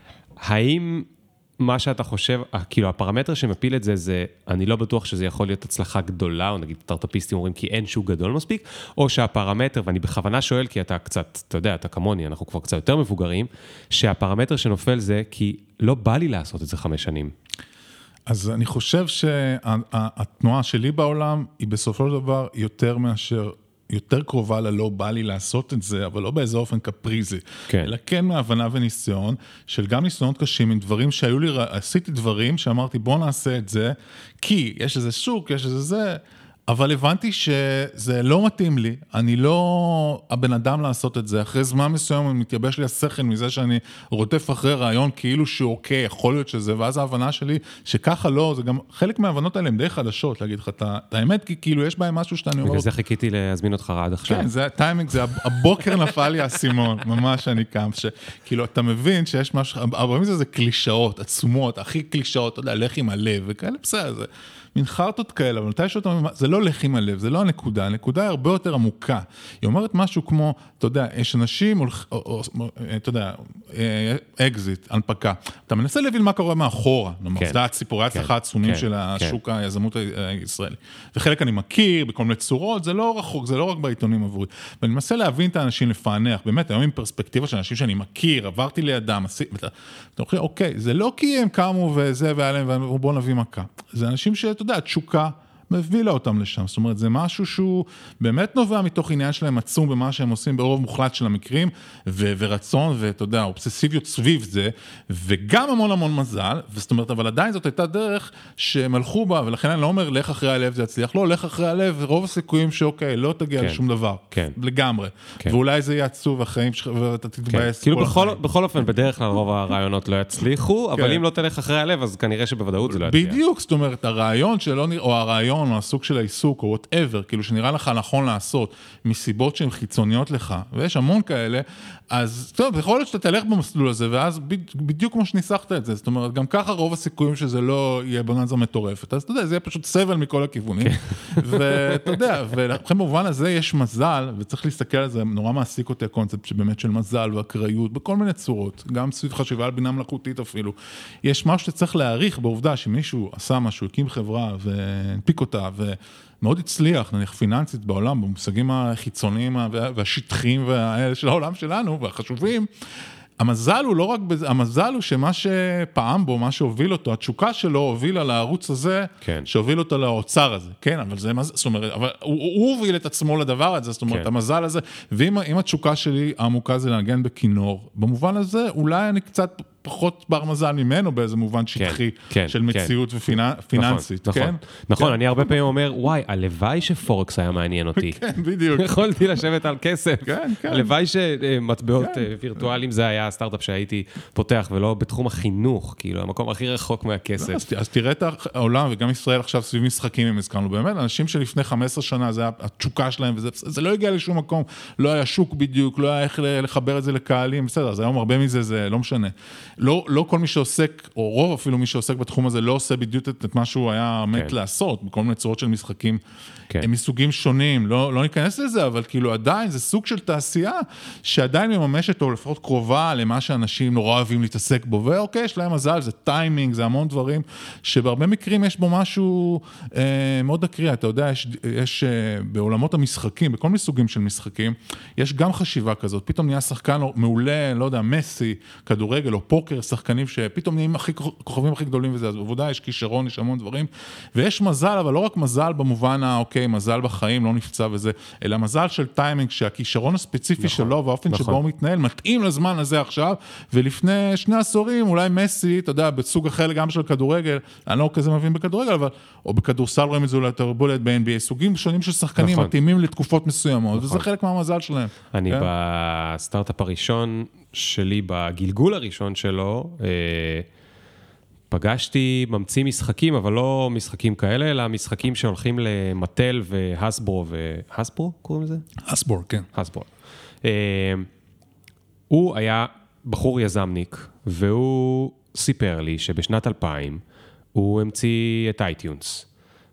האם מה שאתה חושב, כאילו הפרמטר שמפיל את זה, זה אני לא בטוח שזה יכול להיות הצלחה גדולה, או נגיד סטארט-אפיסטים אומרים כי אין שוק גדול מספיק, או שהפרמטר, ואני בכוונה שואל כי אתה קצת, אתה יודע, אתה כמוני, אנחנו כבר קצת יותר מבוגרים, שהפרמטר שנופל זה כי לא בא לי לעשות את זה חמש שנים. אז אני חושב שהתנועה שלי בעולם היא בסופו של דבר יותר מאשר, יותר קרובה ללא בא לי לעשות את זה, אבל לא באיזה אופן קפריזי. כן. אלא כן מהבנה וניסיון, של גם ניסיונות קשים, עם דברים שהיו לי, עשיתי דברים שאמרתי בוא נעשה את זה, כי יש איזה שוק, יש איזה זה, אבל הבנתי שזה לא מתאים לי, אני לא הבן אדם לעשות את זה, אחרי זמן מסוים אני מתייבש לי השכל מזה שאני רודף אחרי רעיון כאילו שהוא אוקיי, יכול להיות שזה, ואז ההבנה שלי שככה לא, זה גם חלק מההבנות האלה הן די חדשות, להגיד לך, את האמת, כי כאילו יש בהם משהו שאתה... בגלל זה חיכיתי להזמין אותך עד עכשיו. כן, זה הטיימינג, זה הבוקר נפל לי הסימון, ממש אני קם, שכאילו אתה מבין שיש משהו, הרבה מזה זה קלישאות, עצומות, הכי קלישאות, אתה יודע, לך עם הלב וכאלה, בסדר, זה מין חרטות כאלה, אבל מתי שאתה אומר, זה לא לך עם הלב, זה לא הנקודה, הנקודה היא הרבה יותר עמוקה. היא אומרת משהו כמו, אתה יודע, יש אנשים, או, או, אתה יודע, אקזיט, הנפקה. אתה מנסה להבין מה קורה מאחורה, כן. זה הציפורי הצלחה כן. העצומים כן. של השוק כן. היזמות הישראלי. וחלק אני מכיר בכל מיני צורות, זה לא רחוק, זה לא רק בעיתונים עבורי. ואני מנסה להבין את האנשים, לפענח, באמת, היום עם פרספקטיבה של אנשים שאני מכיר, עברתי לידם, אתה אומר, אוקיי, זה לא כי הם קמו וזה ועליהם, ובואו נביא מכה. זה אנשים שאתה יודע, תשוקה, מבילה אותם לשם, זאת אומרת, זה משהו שהוא באמת נובע מתוך עניין שלהם עצום במה שהם עושים ברוב מוחלט של המקרים, ו- ורצון, ואתה יודע, אובססיביות סביב זה, וגם המון המון מזל, זאת אומרת, אבל עדיין זאת הייתה דרך שהם הלכו בה, ולכן אני לא אומר, לך אחרי הלב זה יצליח, לא, לך אחרי הלב, רוב הסיכויים שאוקיי, לא תגיע כן. לשום דבר, כן. לגמרי, כן. ואולי זה יהיה עצוב החיים שלך, ואתה תתבאס. כן. כאילו בכל, בכל אופן, בדרך כלל רוב הרעיונות לא יצליחו, אבל אם לא תלך אחרי הלב, אז כנראה שבוודאות זה לא יצליח. בדיוק, זאת אומרת, הרעיון שלא נראה, או הרעיון, או הסוג של העיסוק, או whatever, כאילו שנראה לך נכון לעשות, מסיבות שהן חיצוניות לך, ויש המון כאלה, אז טוב, יכול להיות שאתה תלך במסלול הזה, ואז בדיוק כמו שניסחת את זה, זאת אומרת, גם ככה רוב הסיכויים שזה לא יהיה בוננזה מטורפת, אז אתה יודע, זה יהיה פשוט סבל מכל הכיוונים, ואתה יודע, ולכן במובן הזה יש מזל, וצריך להסתכל על זה, נורא מעסיק אותי הקונספט שבאמת של מזל ואקראיות, בכל מיני צורות, גם סביב חשיבה על בינה מלאכותית אפילו, יש משהו שצריך להעריך בעובדה שמישהו עשה משהו, הקים חברה והנפיק אותה, ומאוד הצליח, נניח פיננסית בעולם, במושגים החיצוניים והשטחים והאלה של העולם שלנו, והחשובים, המזל הוא לא רק, המזל הוא שמה שפעם בו, מה שהוביל אותו, התשוקה שלו הובילה לערוץ הזה, כן. שהוביל אותו לאוצר הזה, כן, אבל זה, זאת אומרת, אבל הוא, הוא הוביל את עצמו לדבר הזה, זאת אומרת, כן. המזל הזה, ואם התשוקה שלי העמוקה זה לנגן בכינור, במובן הזה, אולי אני קצת פחות בר מזל ממנו באיזה מובן שטחי כן, של כן, מציאות כן. ופיננסית, נכון, כן? נכון, נכון, אני הרבה פעמים אומר, וואי, הלוואי שפורקס היה מעניין אותי. כן, בדיוק. יכולתי לשבת על כסף. כן, כן. הלוואי שמטבעות וירטואליים זה היה הסטארט-אפ שהייתי פותח, ולא בתחום החינוך, כאילו, המקום הכי רחוק מהכסף. אז תראה את העולם, וגם ישראל עכשיו סביב משחקים, אם הזכרנו, באמת, אנשים שלפני חמש עשרה שנה, זה התשוקה שלהם, וזה לא הגיע לשום מקום, לא היה שוק בדיוק, לא היה איך לחבר את זה לקהלים, בסדר, אז היום הרבה מזה, זה לא משנה. לא, לא כל מי שעוסק, או רוב אפילו מי שעוסק בתחום הזה, לא עושה בדיוק את, את מה שהוא היה מת כן. לעשות, בכל מיני צורות של משחקים, כן. הם מסוגים שונים, לא, לא ניכנס לזה, אבל כאילו עדיין זה סוג של תעשייה, שעדיין מממשת, או לפחות קרובה למה שאנשים נורא אוהבים להתעסק בו, ואוקיי, יש להם מזל, זה טיימינג, זה המון דברים, שבהרבה מקרים יש בו משהו אה, מאוד אקריא, אתה יודע, יש, יש אה, בעולמות המשחקים, בכל מיני סוגים של משחקים, יש גם חשיבה כזאת, פתאום נהיה שחקן מעולה, לא יודע, מסי, כדורגל או פוקר, שחקנים שפתאום נהיים הכי כוכבים הכי גדולים וזה, אז בעבודה יש כישרון, יש המון דברים, ויש מזל, אבל לא רק מזל במובן האוקיי, מזל בחיים, לא נפצע וזה, אלא מזל של טיימינג, שהכישרון הספציפי נכון, שלו, והאופן נכון. שבו הוא מתנהל, מתאים לזמן הזה עכשיו, ולפני שני עשורים, אולי מסי, אתה יודע, בסוג אחר גם של כדורגל, אני לא כזה מבין בכדורגל, אבל, או בכדורסל רואים את זה אולי יותר בולט ב-אן בי איי, סוגים שונים של שחקנים נכון. מתאימים לתקופות מסוימות, נכון. וזה חלק מהמזל שלהם. אני כן? בסטארט-אפ הראשון שלי, בגלגול הראשון שלו, אה, פגשתי ממציא משחקים, אבל לא משחקים כאלה, אלא משחקים שהולכים למטל והסברו, והסברו קוראים לזה? הסבור, כן. הסבור. אה, הוא היה בחור יזמניק, והוא סיפר לי שבשנת אלפיים הוא המציא את אייטיונס,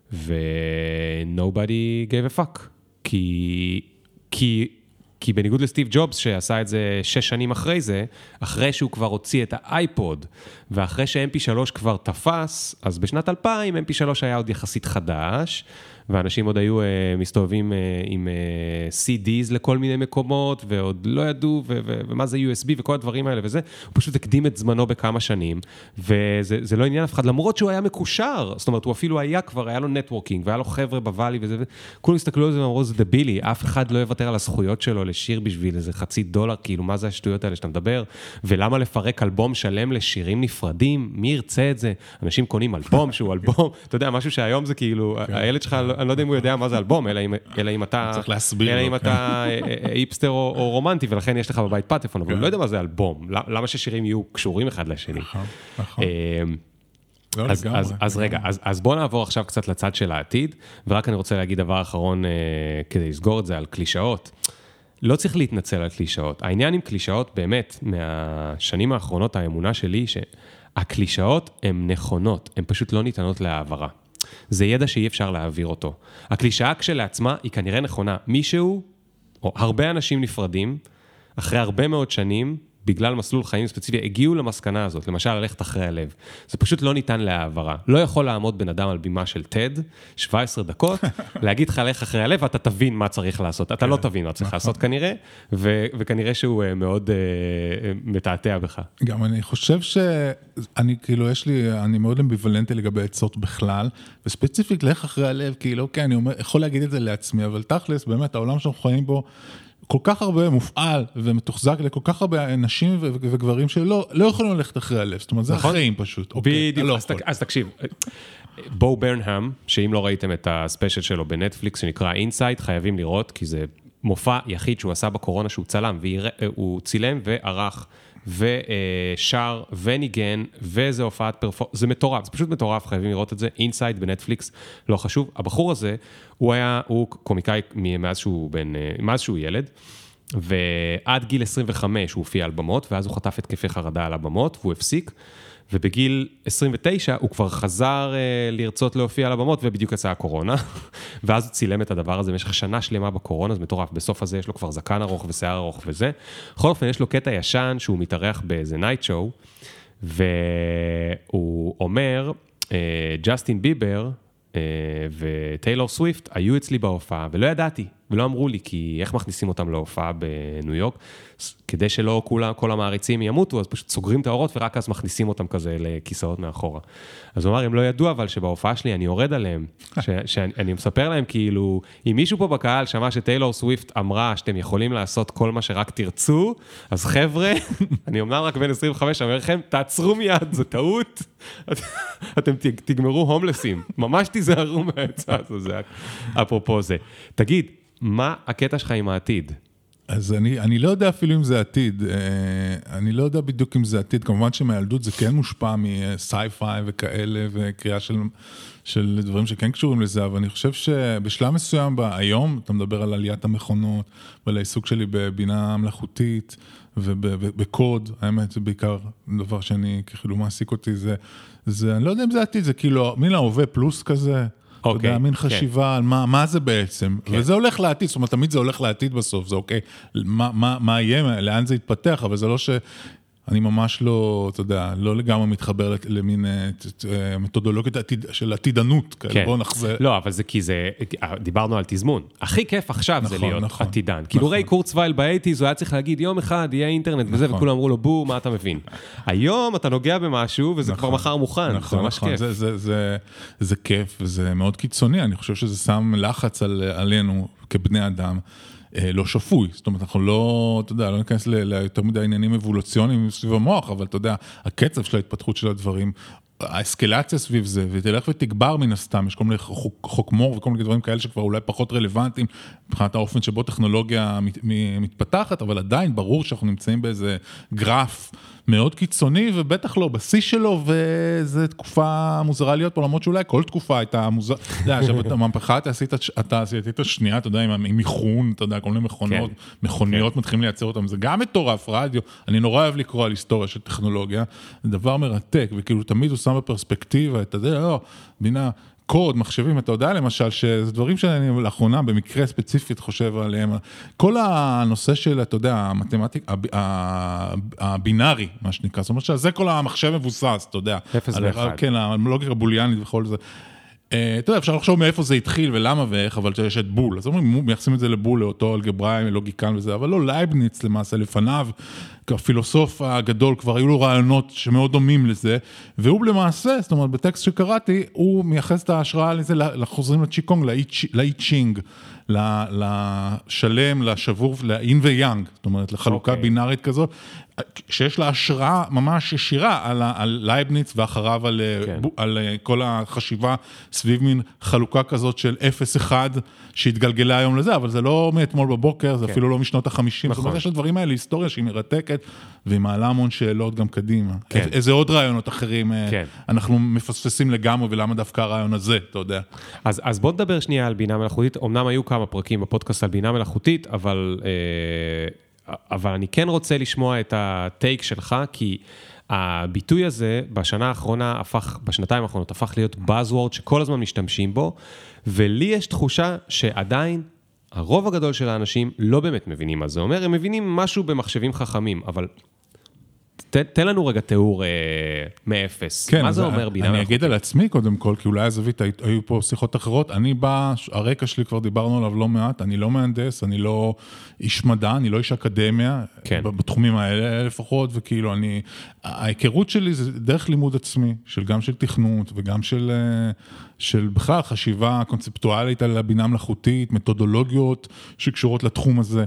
ו-nobody gave a fuck, כי... כי כי בניגוד לסטיב ג'ובס שעשה את זה שש שנים אחרי זה, אחרי שהוא כבר הוציא את האייפוד, ואחרי ש-אם פי שלוש כבר תפס, אז בשנת אלפיים אם פי שלוש היה עוד יחסית חדש, ואנשים עוד היו uh, מסתובבים uh, עם uh, סי דיז לכל מיני מקומות, ועוד לא ידעו, ו- ו- ומה זה יו אס בי וכל הדברים האלה וזה, הוא פשוט הקדים את זמנו בכמה שנים, וזה זה לא עניין אף אחד, למרות שהוא היה מקושר, זאת אומרת, הוא אפילו היה כבר, היה לו נטוורקינג, והיה לו חבר'ה בוואלי וזה, וכולם הסתכלו על זה ואמרו, זה דבילי, אף אחד לא יוותר על הזכויות שלו לשיר בשביל איזה חצי דולר, כאילו, מה זה השטויות האלה שאתה מדבר, ולמה לפרק אלבום שלם לשירים נפרדים, מי ירצה את זה? אנשים קונים אלבום שהוא אלבום, אתה יודע, משהו שהיום זה כאילו, הילד שלך, אני לא יודע אם הוא יודע מה זה אלבום, אלא אם, אלא אם אתה, צריך להסביר אלא אם אתה היפסטר או, או רומנטי, ולכן יש לך בבית פטפון, אבל הוא לא יודע מה זה אלבום, למה ששירים יהיו קשורים אחד לשני. נכון. אז, אז, אז רגע, אז, אז בוא נעבור עכשיו קצת לצד של העתיד, ורק אני רוצה להגיד דבר אחרון כדי לסגור את זה על קלישאות. לא צריך להתנצל על קלישאות. העניין עם קלישאות, באמת, מהשנים האחרונות, האמונה שלי, שהקלישאות הן נכונות, הן פשוט לא ניתנות להעברה. זה ידע שאי אפשר להעביר אותו. הקלישאה כשלעצמה היא כנראה נכונה. מישהו, או הרבה אנשים נפרדים, אחרי הרבה מאוד שנים, בגלל מסלול חיים ספציפי, הגיעו למסקנה הזאת, למשל ללכת אחרי הלב. זה פשוט לא ניתן להעברה. לא יכול לעמוד בן אדם על בימה של טד, שבע עשרה דקות, להגיד לך לך אחרי הלב, ואתה תבין מה צריך לעשות. אתה לא תבין מה צריך לעשות כנראה, ו- וכנראה שהוא מאוד uh, מתעתע בך. גם אני חושב שאני, כאילו, יש לי, אני מאוד אמביוולנטי לגבי עצות בכלל, וספציפית לך אחרי הלב, כאילו, כן, אני אומר, יכול להגיד את זה לעצמי, אבל תכלס, באמת, העולם שאנחנו חיים בו, כל כך הרבה מופעל ומתוחזק לכל כך הרבה נשים וגברים שלא לא יכולים ללכת אחרי הלב, זאת אומרת, זה החיים פשוט. בדיוק, אז תקשיב, בו ברנהאם, שאם לא ראיתם את הספיישל שלו בנטפליקס, שנקרא אינסייד, חייבים לראות, כי זה מופע יחיד שהוא עשה בקורונה, שהוא צלם, והוא צילם וערך, ושר, וניגן, וזה הופעת פרפורמנס, זה מטורף, זה פשוט מטורף, חייבים לראות את זה, אינסייד בנטפליקס, לא חשוב. הבחור הזה, הוא היה, הוא קומיקאי מאז שהוא בן, מאז שהוא ילד, ועד גיל עשרים וחמש הוא הופיע על במות, ואז הוא חטף התקפי חרדה על הבמות, והוא הפסיק, ובגיל עשרים ותשע הוא כבר חזר uh, לרצות להופיע על הבמות, ובדיוק יצאה הקורונה, ואז הוא צילם את הדבר הזה במשך שנה שלמה בקורונה, זה מטורף, בסוף הזה יש לו כבר זקן ארוך ושיער ארוך וזה. בכל אופן, יש לו קטע ישן שהוא מתארח באיזה נייט שואו, והוא אומר, ג'סטין ביבר וטיילור סוויפט היו אצלי בהופעה, ולא ידעתי, ולא אמרו לי, כי איך מכניסים אותם להופעה בניו יורק, כדי שלא כולה, כל המעריצים ימותו, אז פשוט סוגרים את האורות, ורק אז מכניסים אותם כזה לכיסאות מאחורה. אז הוא אמר, הם לא ידעו, אבל שבהופעה שלי אני יורד עליהם, ש, שאני מספר להם כאילו, אם מישהו פה בקהל שמע שטיילור סוויפט אמרה שאתם יכולים לעשות כל מה שרק תרצו, אז חבר'ה, אני אומנם רק בין עשרים וחמש, אני אומר לכם, תעצרו מיד, זו טעות, אתם תגמרו הומלסים, ממש תיזהרו מהעצה הזו, אפרופו זה. תגיד, מה הקטע שלך עם העתיד? אז אני, אני לא יודע אפילו אם זה עתיד, אני לא יודע בדיוק אם זה עתיד, כמובן שמהילדות זה כן מושפע מסי-פיי וכאלה, וקריאה של, של דברים שכן קשורים לזה, אבל אני חושב שבשלב מסוים היום, אתה מדבר על עליית המכונות, ועל העיסוק שלי בבינה מלאכותית, ובקוד, האמת זה בעיקר דבר שאני כאילו מעסיק אותי, זה, זה, אני לא יודע אם זה עתיד, זה כאילו מין ההווה פלוס כזה, אתה יודע, מין חשיבה על מה, מה זה בעצם, וזה הולך לעתיד, זאת אומרת, תמיד זה הולך לעתיד בסוף, זה אוקיי, מה, מה, מה יהיה, לאן זה יתפתח, אבל זה לא ש... אני ממש לא, אתה יודע, לא לגמרי מתחבר למין מתודולוגית של עתידנות, כן. בואו נחזר. לא, אבל זה כי זה, דיברנו על תזמון. הכי כיף עכשיו נכון, זה להיות נכון, עתידן. נכון. כאילו ריי קורצווייל באייטיז, הוא היה צריך להגיד, יום אחד יהיה אינטרנט נכון. וזה, וכולם אמרו לו, בוא, מה אתה מבין? היום אתה נוגע במשהו, וזה נכון, כבר מחר מוכן. נכון, זה ממש נכון. כיף. זה, זה, זה, זה כיף, וזה מאוד קיצוני. אני חושב שזה שם לחץ על, עלינו כבני אדם. לא שפוי, זאת אומרת, אנחנו לא, אתה יודע, לא ניכנס ליותר מדי עניינים אבולוציוניים סביב המוח, אבל אתה יודע, הקצב של ההתפתחות של הדברים, האסקלציה סביב זה, ותלך ותגבר מן הסתם, יש כל מיני חוק, חוק מור וכל מיני דברים כאלה שכבר אולי פחות רלוונטיים, מבחינת האופן שבו טכנולוגיה מת, מתפתחת, אבל עדיין ברור שאנחנו נמצאים באיזה גרף מאוד קיצוני, ובטח לא בשיא שלו, וזו תקופה מוזרה להיות פה, למרות שאולי כל תקופה הייתה מוזרה, אתה יודע, שהמהפכה התעשייתית השנייה, אתה יודע, עם מיכון, אתה יודע, כל מיני מכונות, מכוניות מתחילים לייצר אותם, זה גם מטורף, רדיו, אני נורא אוהב לקרוא על היסטוריה של טכנולוגיה, זה דבר מרתק, וכאילו תמיד הוא שם בפרספקטיבה, אתה יודע, לא, בינה, קוד, מחשבים, אתה יודע למשל, שזה דברים שאני לאחרונה במקרה ספציפית חושב עליהם, כל הנושא של, אתה יודע, המתמטיק, הבינארי, מה שנקרא, זאת אומרת שזה כל המחשב מבוסס, אתה יודע. אפס ואחד. כן, הלוגיקה בוליאנית וכל זה. אתה יודע, אפשר לחשוב מאיפה זה התחיל ולמה ואיך, אבל יש את בול. אז אומרים, מייחסים את זה לבול, לאותו אלגבראי, לוגיקן וזה, אבל לא לייבניץ למעשה לפניו, כפילוסוף הגדול, כבר היו לו רעיונות שמאוד דומים לזה, והוא למעשה, זאת אומרת, בטקסט שקראתי, הוא מייחס את ההשראה לזה, לחוזרים לצ'יקונג, לאי צ'ינג, לשלם, לשבור, לאין ויאנג, זאת אומרת, לחלוקה בינארית כזאת, שיש לה השראה ממש ישירה על, על לייבניץ ואחריו על, כן. על כל החשיבה סביב מין חלוקה כזאת של אפס אחד שהתגלגלה היום לזה, אבל זה לא מאתמול בבוקר, זה כן. אפילו לא משנות החמישים, נכון. זאת אומרת, יש לדברים האלה היסטוריה שהיא מרתקת, והיא מעלה המון שאלות גם קדימה. כן. איזה עוד רעיונות אחרים כן. אנחנו מפספסים לגמרי, ולמה דווקא הרעיון הזה, אתה יודע. אז, אז בוא נדבר שנייה על בינה מלאכותית, אמנם היו כמה פרקים בפודקאסט על בינה מלאכותית, אבל... אה... אבל אני כן רוצה לשמוע את הטייק שלך, כי הביטוי הזה בשנה האחרונה הפך, בשנתיים האחרונות הפך להיות buzzword שכל הזמן משתמשים בו, ולי יש תחושה שעדיין הרוב הגדול של האנשים לא באמת מבינים מה זה אומר, הם מבינים משהו במחשבים חכמים, אבל תן לנו רגע תיאור מאפס. מה זה אומר בינה מלאכותית? אני אגיד על עצמי קודם כל, כי אולי הזווית, היו פה שיחות אחרות, אני בא, הרקע שלי כבר דיברנו עליו לא מעט, אני לא מהנדס, אני לא איש מדע, אני לא איש אקדמיה, בתחומים האלה לפחות, וכאילו אני, ההיכרות שלי זה דרך לימוד עצמי, של גם של תכנות וגם של, של בכלל חשיבה קונספטואלית על הבינה מלאכותית, מתודולוגיות שקשורות לתחום הזה,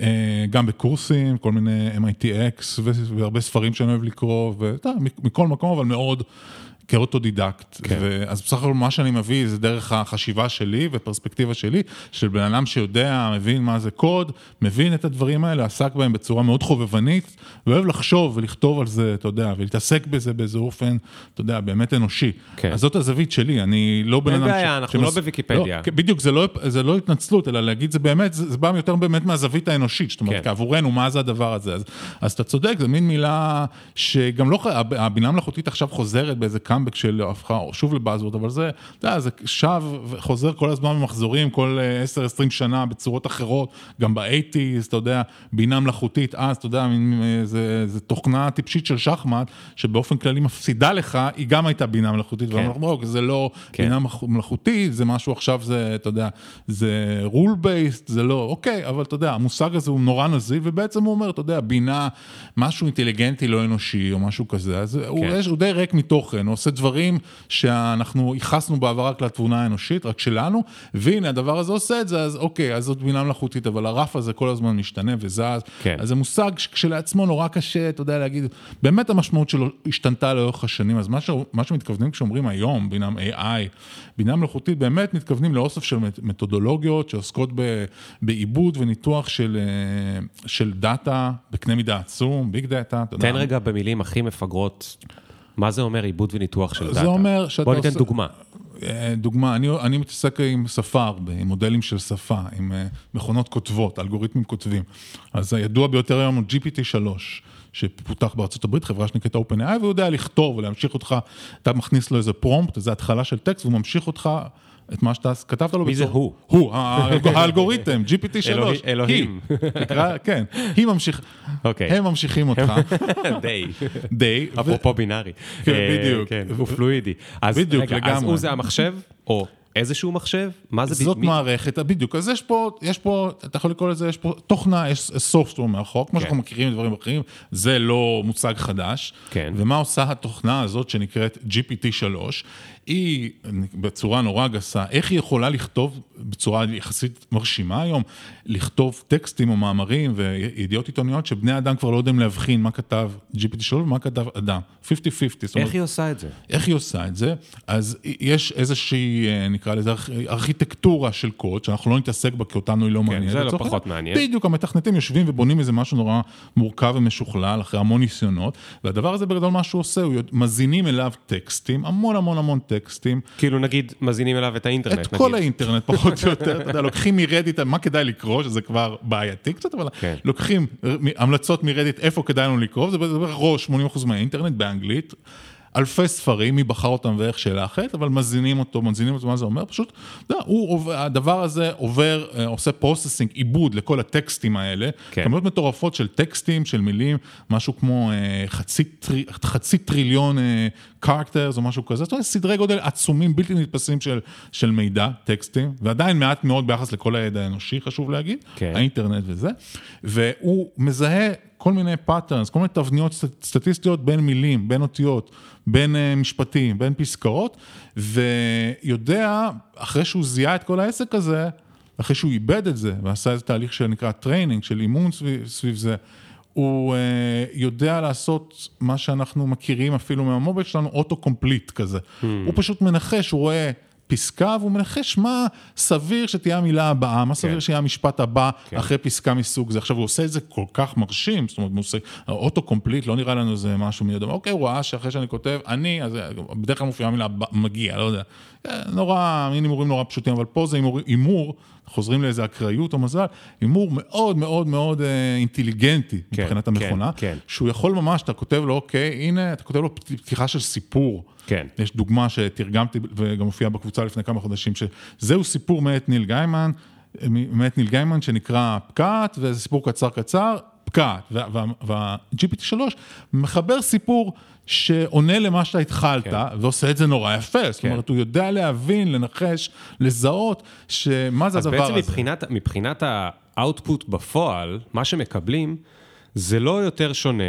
גם בקורסים, כל מיני אם איי טי אקס והרבה ספרים שאני אוהב לקרוא, ומכל מקום, אבל מאוד כאוטודידקט. כן. אז בסך הכל מה שאני מביא זה דרך החשיבה שלי ופרספקטיבה שלי, של בן אדם שיודע, מבין מה זה קוד, מבין את הדברים האלה, עסק בהם בצורה מאוד חובבנית, ואוהב לחשוב ולכתוב על זה, אתה יודע, ולהתעסק בזה באיזה אופן, אתה יודע, באמת אנושי. כן. אז זאת הזווית שלי, אני לא בן אדם... אין בעיה, אנחנו לא בוויקיפדיה. לא, בדיוק, זה לא, זה לא התנצלות, אלא להגיד, זה באמת, זה, זה בא יותר באמת מהזווית האנושית, זאת אומרת, כן. כעבורנו, מה זה הדבר הזה? אז, אז אתה צודק, זה מין מילה שגם לא, הבינה מלאכותית עכשיו חוזרת באיזה קאמבק של הפכה, שוב לבאזוורד, אבל זה, זה, זה שב וחוזר כל הזמן במחזורים, כל עשר עשרים שנה בצורות אחרות, גם ב-שמונים, אתה יודע, בינה מלאכותית, אז אתה יודע, זה, זה תוכנה טיפשית של שחמט, שבאופן כללי מפסידה לך, היא גם הייתה בינה מלאכותית, כן. ואומרים, זה לא כן. בינה מלאכותית, זה משהו עכשיו, זה, אתה יודע, זה rule based, זה לא, אוקיי, אבל אתה יודע, המושג הזה הוא נורא נזיב, ובעצם הוא אומר, אתה יודע, בינה, משהו אינטליגנטי לא אנושי, או משהו כזה, אז כן. הוא, יש, הוא די ריק מתוכן, הוא עושה דברים שאנחנו ייחסנו בעבר רק לתבונה האנושית, רק שלנו, והנה הדבר הזה עושה את זה, אז אוקיי, אז זאת בינה מלאכותית, אבל הרף הזה כל הזמן משתנה וזז, כן. אז זה מושג כשלעצמו נורא קשה, אתה יודע להגיד, באמת המשמעות שלו השתנתה לאורך השנים, אז מה, ש... מה שמתכוונים כשאומרים היום, בינה איי איי, בינה מלאכותית, באמת מתכוונים לאוסף של מתודולוגיות, שעוסקות ב... בעיבוד וניתוח של, של דאטה, בקנה מידה עצום, ביג דאטה. תן רגע במילים הכי מפגרות, מה זה אומר עיבוד וניתוח של דאטה? זה אומר שאתה בוא ניתן עושה... דוגמה. דוגמה, אני, אני מתעסק עם שפה הרבה, עם מודלים של שפה, עם מכונות כותבות, אלגוריתמים כותבים. אז הידוע ביותר היום הוא ג'י פי טי שלוש, שפותח בארצות הברית, חברה שנקראת OpenAI, והוא יודע לכתוב ולהמשיך אותך, אתה מכניס לו איזה פרומפט, איזה התחלה של טקסט, והוא ממשיך אותך את מה שאתה כתבת לו. מי זה הוא? הוא, האלגוריתם, ג'י פי טי שלוש. אלוהים. כן, היא ממשיך, הם ממשיכים אותך. די. די. אפרופו בינארי. בדיוק. הוא פלואידי. בדיוק, לגמרי. אז הוא זה המחשב, או איזשהו מחשב? מה זה? זאת מערכת, בדיוק. אז יש פה, יש פה, אתה יכול לקרוא לזה, יש פה תוכנה, יש סופטוור מהחוק, כמו שאנחנו מכירים דברים אחרים, זה לא מושג חדש. כן. ומה עושה התוכנה הזאת שנקראת ג'י פי טי שלוש? היא בצורה נורא גסה, איך היא יכולה לכתוב בצורה יחסית מרשימה היום, לכתוב טקסטים או מאמרים וידיעות עיתוניות שבני אדם כבר לא יודעים להבחין מה כתב ג'י פי טי שלוש ומה כתב אדם. חמישים חמישים. איך היא עושה את זה? איך היא עושה את זה? אז יש איזושהי, נקרא לזה, ארכיטקטורה של קוד, שאנחנו לא נתעסק בה, כי אותנו היא לא מעניינת. כן, זה לא פחות מעניין. בדיוק, המתכנתים יושבים ובונים איזה משהו נורא מורכב ומשוכלל, אחרי המון ניסיונות, והדבר הזה בגדול מה שהוא עושה, הוא מזינים אליו טקסטים, המון המון המון טקסטים. כאילו נגיד, מזינים אליו את האינטרנט, את כל האינטרנט, פחות או יותר, אתה יודע, לוקחים מרדיט, מה כדאי לקרוא, שזה כבר בעייתי קצת, אבל לוקחים המלצות מרדיט, איפה כדאי לנו לקרוא, זה בערך שמונים אחוז מהאינטרנט באנגלית, אלפי ספרים, מי בחר אותם ואיך שאלה אחרת, אבל מזינים אותו, מזינים אותו, מה זה אומר? פשוט, הוא, הדבר הזה עובר, עושה פרוססינג, עיבוד לכל הטקסטים האלה, כן. כמות מטורפות של טקסטים, של מילים, משהו כמו חצי, חצי טריליון קארקטרס או משהו כזה, זאת אומרת, סדרי גודל עצומים, בלתי נתפסים של, של מידע, טקסטים, ועדיין מעט מאוד ביחס לכל הידע האנושי, חשוב להגיד, כן. האינטרנט וזה, והוא מזהה כל מיני פאטרנס, כל מיני תבניות סטטיסטיות בין מילים, בין אותיות, בין משפטים, בין פסקאות, ויודע, אחרי שהוא זיהה את כל העסק הזה, אחרי שהוא איבד את זה, ועשה איזה תהליך שנקרא טריינינג, של אימון סביב, סביב זה, הוא יודע לעשות מה שאנחנו מכירים אפילו מהמוביל שלנו, אוטו-קומפליט כזה. Hmm. הוא פשוט מנחש, הוא רואה פסקה, והוא מנחש מה סביר שתהיה המילה הבאה, מה סביר שיהיה המשפט הבא אחרי פסקה מסוג זה. עכשיו, הוא עושה את זה כל כך מרשים, זאת אומרת, הוא עושה אוטו-קומפליט, לא נראה לנו זה משהו מיד. אוקיי, הוא ראה שאחרי שאני כותב, אני, אז בדרך כלל מופיעה המילה מגיע, לא יודע. נורא, מין אימורים נורא פשוטים, אבל פה זה אימור, חוזרים לאיזו אקראיות או מזל, אימור מאוד מאוד מאוד אינטליגנטי מבחינת המכונה, שהוא יכול ממש, אתה כותב לו, אוקיי, הנה, אתה כותב לו פתיחה של סיפור. כן. יש דוגמה שתרגמתי וגם הופיעה בקבוצה לפני כמה חודשים, שזהו סיפור מאת ניל גיימן, מאת ניל גיימן שנקרא פקעת, וזה סיפור קצר קצר, הפקעת, וה-ג'י פי טי שלוש מחבר סיפור שעונה למה שאתה התחלת, כן. ועושה את זה נורא יפה, כן. זאת אומרת, הוא יודע להבין, לנחש, לזהות, שמה זה הדבר הזה. אז בעצם מבחינת, מבחינת האוטפוט בפועל, מה שמקבלים, זה לא יותר שונה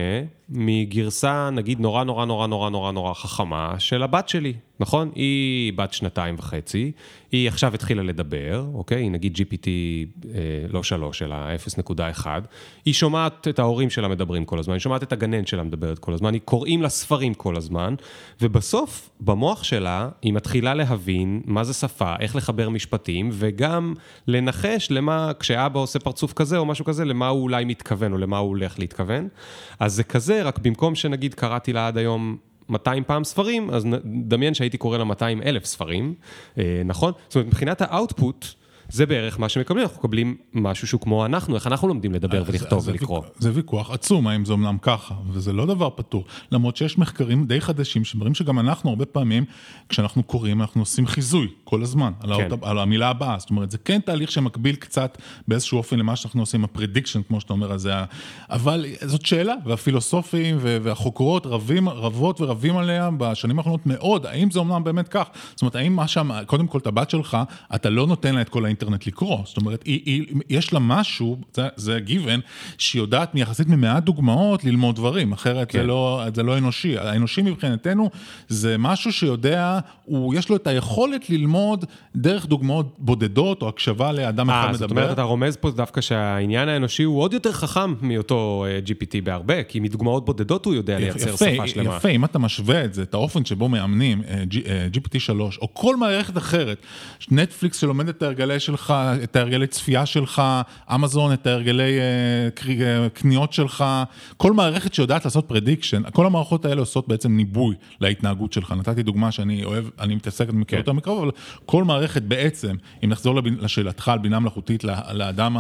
מגרסה, נגיד, נורא נורא נורא נורא נורא נורא חכמה של הבת שלי, נכון? היא בת שנתיים וחצי, היא עכשיו התחילה לדבר, אוקיי? היא נגיד ג'י פי טי אה, לא שלוש, אלא אפס נקודה אחת, היא שומעת את ההורים שלה מדברים כל הזמן, היא שומעת את הגנן שלה מדברת כל הזמן, היא קוראים לה ספרים כל הזמן, ובסוף, במוח שלה, היא מתחילה להבין מה זה שפה, איך לחבר משפטים, וגם לנחש למה, כשאבא עושה פרצוף כזה או משהו כזה, למה הוא אולי מתכוון, או למה הוא הולך להתכוון. אז זה כזה, רק במקום שנגיד קראתי לה עד היום מאתיים פעם ספרים, אז דמיין שהייתי קורא לה מאתיים אלף ספרים, אה, נכון? זאת אומרת, מבחינת האוטפוט, זה בערך מה שמקבלים, אנחנו מקבלים משהו שהוא כמו אנחנו, איך אנחנו לומדים לדבר ולכתוב ולקרוא. זה ויכוח עצום, האם זה אומנם ככה, וזה לא דבר פתור, למרות שיש מחקרים די חדשים, שמראים שגם אנחנו הרבה פעמים, כשאנחנו קוראים, אנחנו עושים חיזוי כל הזמן, על המילה הבאה, זאת אומרת, זה כן תהליך שמקביל קצת באיזשהו אופן למה שאנחנו עושים, הפרדיקשן, כמו שאתה אומר, אבל זאת שאלה, והפילוסופים והחוקרות רבים, רבות ורבים עליה בשנים האחרונות מאוד, האם זה אומנם באמת כך? זאת אומרת, האם מה שם, קודם כל, את הבת שלך, אתה לא נותן לה את כל האינטרנט לקרוא, זאת אומרת, היא, היא, יש לה משהו, זה, זה גיוון, שהיא יודעת מיחסית ממאה דוגמאות ללמוד דברים, אחרת כן. זה, לא, זה לא אנושי. האנושי מבחינתנו זה משהו שיודע, הוא, יש לו את היכולת ללמוד דרך דוגמאות בודדות, או הקשבה לאדם אחד מדבר. זאת אומרת, אתה רומז פה דווקא שהעניין האנושי הוא עוד יותר חכם מאותו ג'י פי טי בהרבה, כי מדוגמאות בודדות הוא יודע לייצר יפה, שפה שלמה. יפה, אם אתה משווה את זה, את האופן שבו מאמנים ג'י פי טי שלוש, או כל מערכת אחרת, נטפליקס שלומד את ההרגלי שלך, את ההרגלי צפייה שלך, אמזון, את ההרגלי קניות שלך, כל מערכת שיודעת לעשות פרדיקשן, כל המערכות האלה עושות בעצם ניבוי להתנהגות שלך. נתתי דוגמה שאני אוהב, אני מתעסק, אני מכיר יותר מקרוב, אבל כל מערכת בעצם, אם נחזור לשאלתך על בינה מלאכותית, לאדם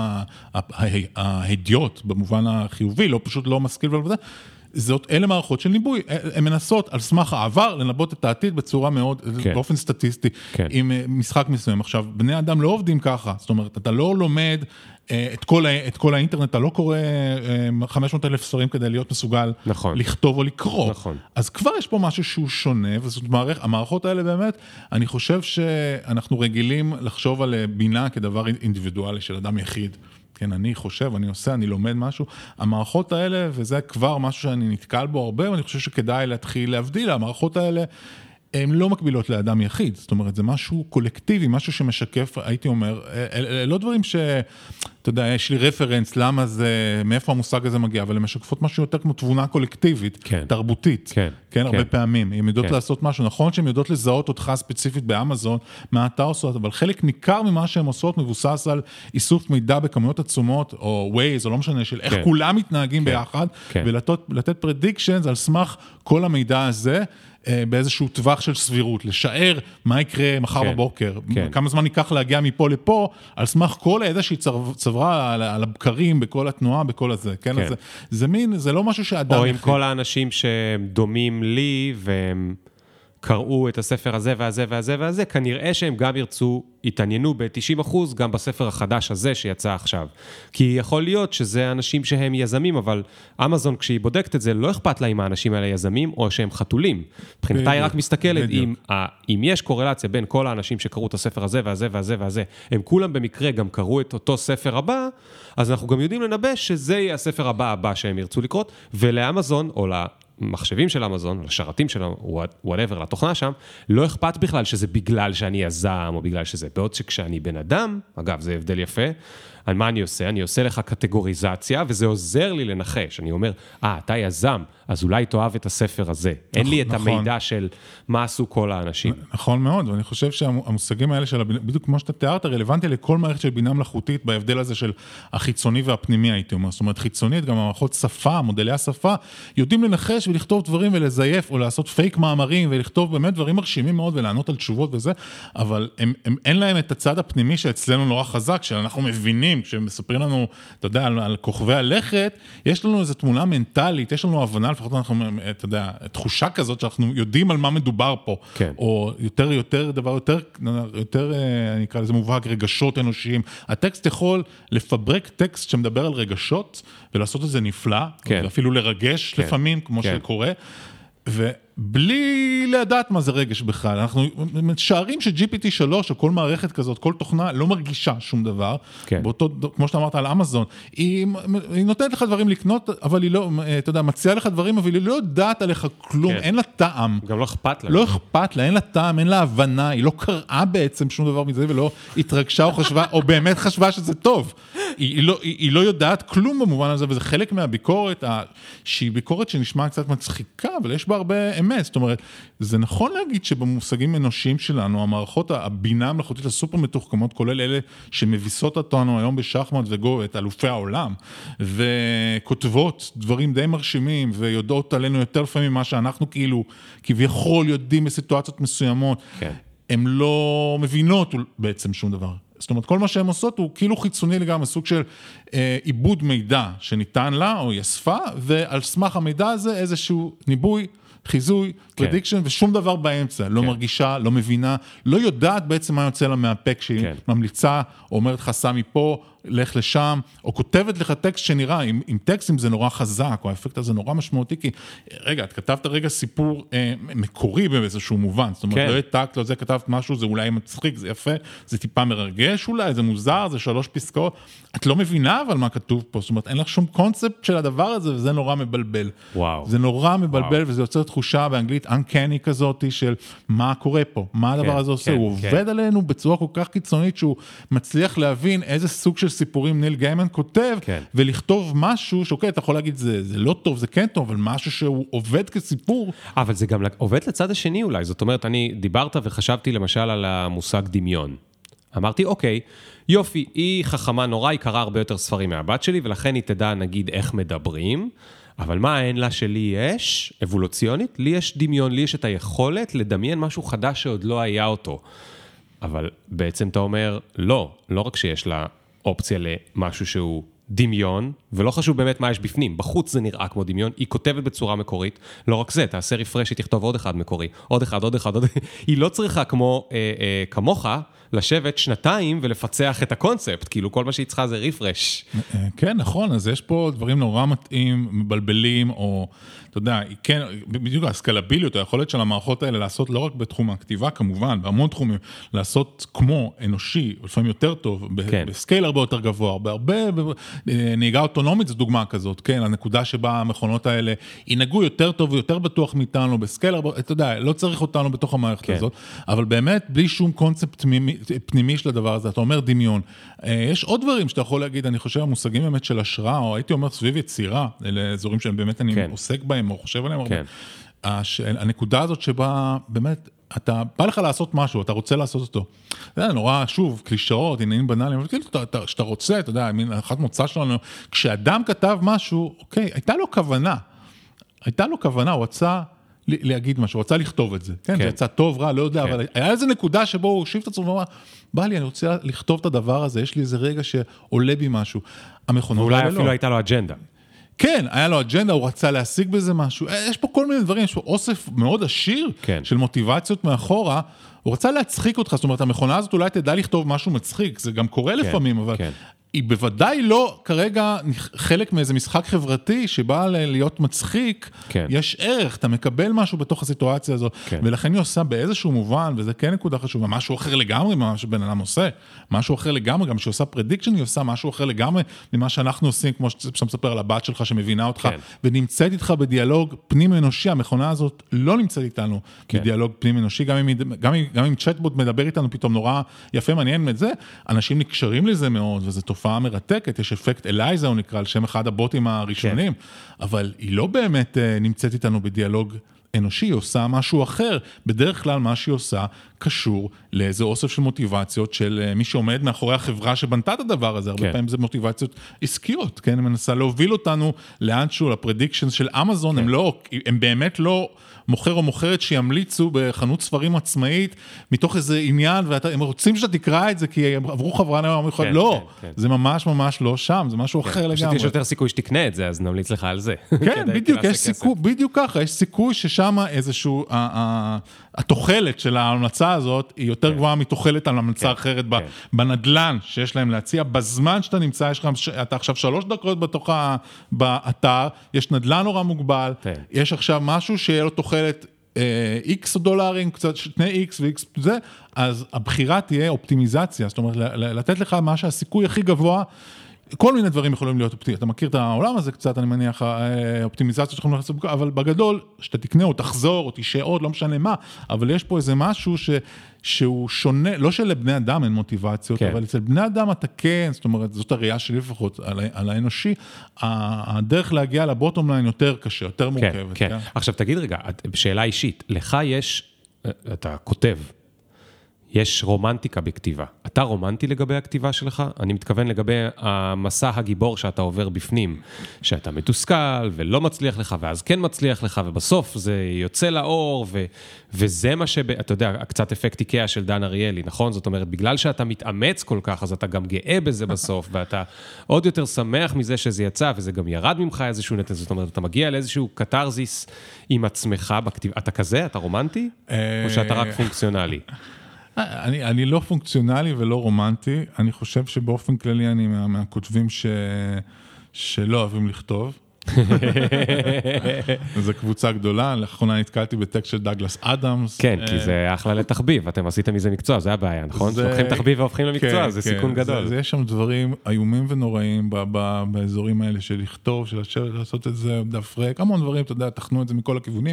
ההדיוט, במובן החיובי, לא פשוט לא משכיל ולא וזה, זאת, אלה מערכות של ניבוי, הן מנסות על סמך העבר לנבוט את העתיד בצורה מאוד, כן. באופן סטטיסטי, כן. עם משחק מסוים. עכשיו, בני אדם לא עובדים ככה, זאת אומרת, אתה לא לומד את כל, את כל האינטרנט, אתה לא קורא חמש מאות אלף ספרים כדי להיות מסוגל נכון. לכתוב או לקרוא. נכון. אז כבר יש פה משהו שהוא שונה, וזאת מערכת, המערכות האלה באמת, אני חושב שאנחנו רגילים לחשוב על בינה כדבר אינדיבידואלי של אדם יחיד. כן, אני חושב, אני עושה, אני לומד משהו. המערכות האלה, וזה כבר משהו שאני נתקל בו הרבה, ואני חושב שכדאי להתחיל להבדיל. המערכות האלה, הן לא מקבילות לאדם יחיד. זאת אומרת, זה משהו קולקטיבי, משהו שמשקף, הייתי אומר, לא דברים ש... אתה יודע, יש לי רפרנס, למה זה, מאיפה המושג הזה מגיע, אבל הן משקפות משהו יותר כמו תבונה קולקטיבית, כן. תרבותית. כן. כן, הרבה כן. פעמים. הן יודעות כן. לעשות משהו. נכון שהן יודעות לזהות אותך ספציפית באמזון, מה אתה עושות, אבל חלק ניכר ממה שהן עושות מבוסס על איסוף מידע בכמויות עצומות, או ווייז, או לא משנה, של איך כן. כולם מתנהגים כן. ביחד, כן. ולתת פרדיקשנס על סמך כל המידע הזה, באיזשהו טווח של סבירות, לשער מה יקרה מחר כן, בבוקר, כן. כמה זמן ייקח להגיע מפה לפה, על סמך כל הידע שהיא צברה על, על הבקרים, בכל התנועה, בכל הזה, כן? כן. אז זה, זה מין, זה לא משהו שאדם... או עם כל האנשים שדומים לי, והם קראו את הספר הזה והזה והזה והזה, כנראה שהם גם ירצו, התעניינו ב-תשעים אחוז גם בספר החדש הזה שיצא עכשיו. כי יכול להיות שזה אנשים שהם יזמים, אבל אמזון כשהיא בודקת את זה, לא אכפת לה אם האנשים האלה יזמים או שהם חתולים. מבחינתה היא רק מסתכלת, אם, אם יש קורלציה בין כל האנשים שקראו את הספר הזה והזה והזה והזה, הם כולם במקרה גם קראו את אותו ספר הבא, אז אנחנו גם יודעים לנבא שזה יהיה הספר הבא הבא שהם ירצו לקרות, ולאמזון או ל... מחשבים של אמזון, לשרתים של whatever, לתוכנה שם, לא אכפת בכלל שזה בגלל שאני יזם, או בגלל שזה, בעוד שכשאני בן אדם, אגב, זה הבדל יפה, על מה אני עושה? אני עושה לך קטגוריזציה, וזה עוזר לי לנחש. אני אומר, אה, אתה יזם, אז אולי תאהב את הספר הזה. אין לי את המידע של מה עשו כל האנשים. נכון מאוד, ואני חושב שהמושגים האלה של, בדיוק כמו שאתה תיארת, רלוונטי לכל מערכת של בינה מלאכותית, בהבדל הזה של החיצוני והפנימי, הייתי אומר. זאת אומרת, חיצונית, גם המערכות שפה, מודלי השפה, יודעים לנחש ולכתוב דברים ולזייף, או לעשות פייק מאמרים, ולכתוב באמת דברים מרשימים מאוד, ולענות על תשובות וזה, אבל הם, הם, אין להם את הצד הפנימי שאצלנו נורא חזק, שאנחנו מבינים ספרים, כשמספרים לנו, אתה יודע, על, על כוכבי הלכת, יש לנו איזו תמונה מנטלית, יש לנו הבנה, לפחות אנחנו, אתה יודע, תחושה כזאת שאנחנו יודעים על מה מדובר פה, כן. או יותר, יותר, דבר יותר, יותר, אני אקרא לזה מובהק, רגשות אנושיים. הטקסט יכול לפברק טקסט שמדבר על רגשות, ולעשות את זה נפלא, כן. ואפילו לרגש כן. לפעמים, כמו כן. שקורה, ובלי לדעת מה זה רגש בכלל, אנחנו משערים ש-ג'י פי טי שלוש או כל מערכת כזאת, כל תוכנה לא מרגישה שום דבר, כן. באותו, כמו שאתה אמרת על אמזון, היא, היא נותנת לך דברים לקנות, אבל היא לא, אתה יודע, מציעה לך דברים, אבל היא לא יודעת עליך כלום, כן. אין לה טעם. גם לא אכפת לה. לא אכפת לה, אין לה טעם, אין לה הבנה, היא לא קראה בעצם שום דבר מזה, ולא התרגשה או חשבה, או באמת חשבה שזה טוב. היא, היא, לא, היא, היא לא יודעת כלום במובן הזה, וזה חלק מהביקורת, שהיא ביקורת שנשמע קצת מצחיקה, אבל יש בה הרבה אמת. זאת אומרת, זה נכון להגיד שבמושגים אנושיים שלנו, המערכות, הבינה המלאכותית הסופר מתוחכמות, כולל אלה שמביסות אותנו היום בשחמט וגו, את אלופי העולם, וכותבות דברים די מרשימים, ויודעות עלינו יותר לפעמים ממה שאנחנו כאילו, כביכול יודעים בסיטואציות מסוימות, כן. הן לא מבינות בעצם שום דבר. זאת אומרת, כל מה שהן עושות הוא כאילו חיצוני לגמרי, סוג של אה, עיבוד מידע שניתן לה, או היא אספה, ועל סמך המידע הזה איזשהו ניבוי, חיזוי, פרדיקשן, כן. ושום דבר באמצע. כן. לא מרגישה, לא מבינה, לא יודעת בעצם מה יוצא לה מהפה, כשהיא כן. ממליצה, או אומרת לך, סע מפה, לך לשם, או כותבת לך טקסט שנראה, עם, עם טקסטים זה נורא חזק, או האפקט הזה נורא משמעותי, כי רגע, את כתבת רגע סיפור אה, מקורי באיזשהו מובן, זאת אומרת, כן. לא יתקת, לא זה כתבת משהו, זה אולי מצחיק, זה יפה, זה טיפה מרגש אולי, זה מוזר, זה שלוש פסקאות, את לא מבינה אבל מה כתוב פה, זאת אומרת, אין לך שום קונספט של הדבר הזה, וזה נורא מבלבל. וואו. זה נורא מבלבל, וואו. וזה יוצר תחושה באנגלית uncanny כזאת, של מה קורה פה, מה הדבר כן, הזה עושה, כן, הוא כן. עובד עלינו בצורה כל כך קיצונית, שהוא מצליח להבין איזה סוג של סיפורים ניל גיימן כותב, כן. ולכתוב משהו, שאוקיי, אתה יכול להגיד, זה, זה לא טוב, זה כן טוב, אבל משהו שהוא עובד כסיפור. אבל זה גם עובד לצד השני אולי, זאת אומרת, אני דיברת וחשבתי למשל על המושג דמיון. אמרתי, אוקיי, יופי, היא חכמה נורא, היא קראה הרבה יותר ספרים מהבת שלי, ולכן היא תדע, נגיד, איך מדברים, אבל מה אין לה שלי יש, אבולוציונית? לי יש דמיון, לי יש את היכולת לדמיין משהו חדש שעוד לא היה אותו. אבל בעצם אתה אומר, לא, לא רק שיש לה אופציה למשהו שהוא דמיון, ולא חשוב באמת מה יש בפנים, בחוץ זה נראה כמו דמיון, היא כותבת בצורה מקורית, לא רק זה, תעשה רפרש, היא תכתוב עוד אחד מקורי, עוד אחד, עוד אחד, עוד... היא לא צריכה כמו, אה, אה, כמוך, לשבת שנתיים ולפצח את הקונספט, כאילו כל מה שהיא צריכה זה רפרש. כן, נכון, אז יש פה דברים נורא מתאים, מבלבלים, או, אתה יודע, כן, בדיוק הסקלביליות, היכולת של המערכות האלה לעשות לא רק בתחום הכתיבה, כמובן, בהמון תחומים, לעשות כמו אנושי, לפעמים יותר טוב, כן. בסקייל הרבה יותר גבוה, בהרבה, נהיגה אוטונומית זו דוגמה כזאת, כן, הנקודה שבה המכונות האלה ינהגו יותר טוב ויותר בטוח מאיתנו, בסקייל הרבה, אתה יודע, לא צריך אותנו בתוך המערכת כן. הזאת, אבל באמת, בלי שום קונספט פנימי, פנימי של הדבר הזה, אתה אומר דמיון. יש עוד דברים שאתה יכול להגיד, אני חושב, המושגים באמת של השראה, או הייתי אומר סביב יצירה, אלה אזורים שהם באמת אני כן. עוסק בהם, או חושב עליהם הרבה. כן. הנקודה הזאת שבה, באמת, אתה בא לך לעשות משהו, אתה רוצה לעשות אותו. זה נורא, שוב, קלישאות, עניינים בנאליים, אבל כאילו, שאתה רוצה, אתה יודע, אחת מוצא שלנו, כשאדם כתב משהו, אוקיי, הייתה לו כוונה, הייתה לו כוונה, הוא רצה להגיד משהו, הוא רצה לכתוב את זה. כן, זה יצא טוב, רע, לא יודע, אבל היה איזו נקודה שבו הוא הושיב את עצמו ואומר, בא לי, אני רוצה לכתוב את הדבר הזה, יש לי איזה רגע שעולה בי משהו. ואולי אפילו הייתה לו אג'נדה. כן, היה לו אג'נדה, הוא רצה להשיג בזה משהו. יש פה כל מיני דברים, יש פה אוסף מאוד עשיר של מוטיבציות מאחורה, הוא רצה להצחיק אותך, זאת אומרת, המכונה הזאת אולי תדע לכתוב משהו מצחיק, זה גם קורה לפעמים, אבל... היא בוודאי לא כרגע חלק מאיזה משחק חברתי שבא להיות מצחיק, כן. יש ערך, אתה מקבל משהו בתוך הסיטואציה הזו, כן. ולכן היא עושה באיזשהו מובן, וזה כן נקודה חשובה, משהו אחר לגמרי ממה שבן אדם עושה, משהו אחר לגמרי, גם כשהיא עושה prediction, היא עושה משהו אחר לגמרי ממה שאנחנו עושים, כמו שאתה מספר על הבת שלך שמבינה אותך, כן. ונמצאת איתך בדיאלוג פנים אנושי, המכונה הזאת לא נמצאת איתנו כן. בדיאלוג פנים אנושי, גם אם, גם אם, גם אם צ'טבוט מדבר איתנו פתאום נורא יפה, מעניין את זה, אנשים נקשרים לזה מאוד, וזה תופעה מרתקת, יש אפקט אלייזה, הוא נקרא על שם אחד הבוטים הראשונים, כן. אבל היא לא באמת uh, נמצאת איתנו בדיאלוג אנושי, היא עושה משהו אחר, בדרך כלל מה שהיא עושה קשור לאיזה אוסף של מוטיבציות של uh, מי שעומד מאחורי החברה שבנתה את הדבר הזה, הרבה כן. פעמים זה מוטיבציות עסקיות, כן, היא מנסה להוביל אותנו לאנשהו, לפרדיקשנס של אמזון, כן. הם לא, הם באמת לא מוכר או מוכרת שימליצו בחנות ספרים עצמאית, מתוך איזה עניין, והם רוצים שאתה תקרא את זה, כי הם עברו חברה נאמר, כן, לא, כן, כן. זה ממש ממש לא שם, זה משהו אחר לגמרי. פשוט יש יותר סיכוי שתקנה את זה, אז נמליץ לך על זה. כן, בדיוק, יש סיכוי, בדיוק ככה, יש סיכוי ששם איזשהו, התוחלת של ההמלצה הזאת היא יותר גבוהה מתוחלת על המלצה אחרת בנדלן שיש להם להציע, בזמן שאתה נמצא, אתה עכשיו שלוש דקות בתוך באתר, יש נדלן נורא מוגבל, יש עכשיו משהו שיהיה לו תוחלת איקס דולרים, קצת שני איקס ואיקס זה, אז הבחירה תהיה אופטימיזציה, זאת אומרת, לתת לך מה שהסיכוי הכי גבוה, כל מיני דברים יכולים להיות אופטימיים, אתה מכיר את העולם הזה קצת, אני מניח, אופטימיזציה שיכולים לעשות, אבל בגדול, שאתה תקנה או תחזור, או תשעה עוד, לא משנה מה, אבל יש פה איזה משהו ש, שהוא שונה, לא שלבני אדם אין מוטיבציות, כן. אבל אצל בני אדם אתה כן, זאת אומרת, זאת הראייה שלי לפחות, על, על האנושי, הדרך להגיע לבוטום ליין יותר קשה, יותר מורכבת. כן, כן. כן. עכשיו תגיד רגע, שאלה אישית, לך יש, אתה כותב, יש רומנטיקה בכתיבה. אתה רומנטי לגבי הכתיבה שלך? אני מתכוון לגבי המסע הגיבור שאתה עובר בפנים, שאתה מתוסכל ולא מצליח לך, ואז כן מצליח לך, ובסוף זה יוצא לאור, ו- וזה מה שב... אתה יודע, קצת אפקט איקאה של דן אריאלי, נכון? זאת אומרת, בגלל שאתה מתאמץ כל כך, אז אתה גם גאה בזה בסוף, ואתה עוד יותר שמח מזה שזה יצא, וזה גם ירד ממך איזשהו נתן, זאת אומרת, אתה מגיע לאיזשהו קטרזיס עם עצמך בכתיבה. אתה כזה? אתה רומנטי? או שאתה רק פונקציונלי? אני, אני לא פונקציונלי ולא רומנטי, אני חושב שבאופן כללי אני מה, מהכותבים ש, שלא אוהבים לכתוב. זו קבוצה גדולה, לאחרונה נתקלתי בטקסט של דאגלס אדמס. כן, כי זה אחלה לתחביב, אתם עשיתם מזה מקצוע, זה הבעיה, נכון? לוקחים תחביב והופכים למקצוע, זה סיכון גדול. יש שם דברים איומים ונוראים באזורים האלה של לכתוב, של לעשות את זה דף ריק, המון דברים, אתה יודע, תחנו את זה מכל הכיוונים.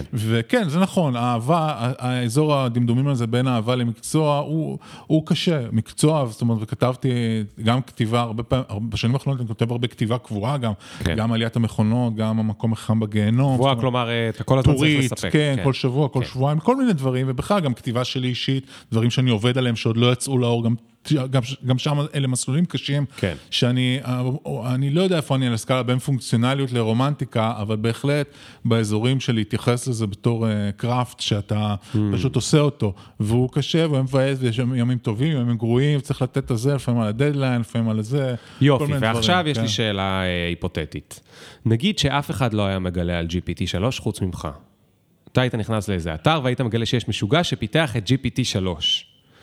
וכן, זה נכון, האהבה, האזור הדמדומים הזה בין האהבה למקצוע, הוא קשה, מקצוע, זאת אומרת, וכתבתי גם כתיבה, בשנים האחרונות אני כותב הרבה כתיבה קבועה גם, גם עליית המכונות, גם המקום החם בגיהנום. קבוע, כלומר, אתה כל הזמן צריך לספק. כן, כל שבוע, כל שבועיים, כל מיני דברים, ובכלל גם כתיבה שלי אישית, דברים שאני עובד עליהם, שעוד לא יצאו לאור, גם גם, גם שם אלה מסלולים קשים, כן. שאני אני לא יודע איפה אני על הסקאלה בין פונקציונליות לרומנטיקה, אבל בהחלט באזורים של להתייחס לזה בתור uh, קראפט, שאתה mm. פשוט עושה אותו, והוא קשה, והוא מבאס, ויש ימים טובים, ימים גרועים, צריך לתת את זה, לפעמים על הדדליין, לפעמים על זה. יופי, ועכשיו דברים, יש כן. לי שאלה uh, היפותטית. נגיד שאף אחד לא היה מגלה על ג'י פי טי שלוש חוץ ממך. אתה היית נכנס לאיזה אתר, והיית מגלה שיש משוגע שפיתח את ג'י פי טי שלוש.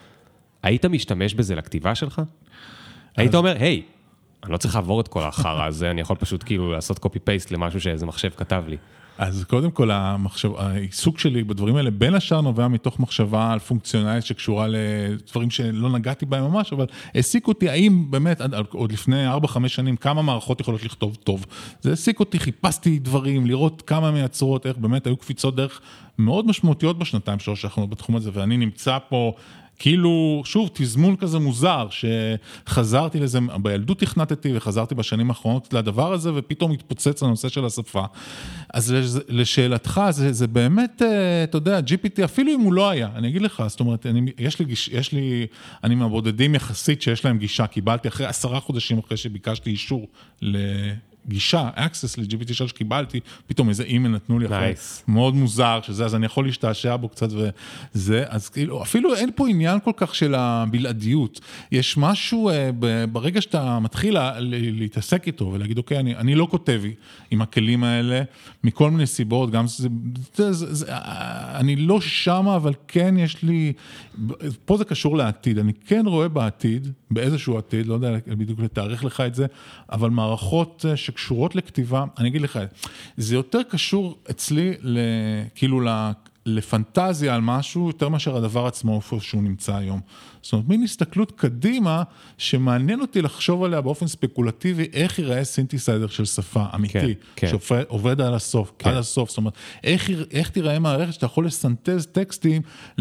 היית משתמש בזה לכתיבה שלך? היית אומר, היי, אני לא צריך לעבור את כל החרא הזה, אני יכול פשוט כאילו לעשות קופי-פייסט למשהו שאיזה מחשב כתב לי. אז קודם כל, המחשב, העיסוק שלי בדברים האלה, בין השאר נובע מתוך מחשבה על פונקציונלית שקשורה לדברים שלא נגעתי בהם ממש, אבל העסיק אותי, האם באמת, עוד לפני ארבע חמש שנים, כמה מערכות יכולות לכתוב טוב. זה העסיק אותי, חיפשתי דברים, לראות כמה מייצרות, איך באמת היו קפיצות דרך מאוד משמעותיות בשנתיים שלוש האחרונות בתחום הזה, ואני נמצא פה כאילו, שוב, תזמון כזה מוזר, שחזרתי לזה, בילדות תכנתתי וחזרתי בשנים האחרונות לדבר הזה, ופתאום התפוצץ הנושא של השפה. אז לשאלתך, זה, זה באמת, אתה יודע, ג'י פי טי, אפילו אם הוא לא היה, אני אגיד לך, זאת אומרת, אני, יש לי, יש לי, אני מהבודדים יחסית שיש להם גישה, קיבלתי אחרי עשרה חודשים אחרי שביקשתי אישור ל... גישה, access ל-ג'י פי טי שלוש שקיבלתי, פתאום איזה אימייל נתנו לי אחרי, מאוד מוזר שזה, אז אני יכול להשתעשע בו קצת וזה, אז כאילו, אפילו אין פה עניין כל כך של הבלעדיות, יש משהו, ברגע שאתה מתחיל להתעסק איתו ולהגיד, אוקיי, אני, אני לא כותבי עם הכלים האלה, מכל מיני סיבות, גם זה, זה, זה, זה, אני לא שמה, אבל כן יש לי, פה זה קשור לעתיד, אני כן רואה בעתיד, באיזשהו עתיד, לא יודע בדיוק לתאריך לך את זה, אבל מערכות שקשורות לכתיבה, אני אגיד לך, זה יותר קשור אצלי, כאילו לפנטזיה על משהו, יותר מאשר הדבר עצמו, איפה שהוא נמצא היום. זאת אומרת, מין הסתכלות קדימה, שמעניין אותי לחשוב עליה באופן ספקולטיבי, איך ייראה סינתסייזר של שפה אמיתי, כן, שעובד על הסוף, כן. עד הסוף, זאת אומרת, איך, איך תיראה מערכת שאתה יכול לסנטז טקסטים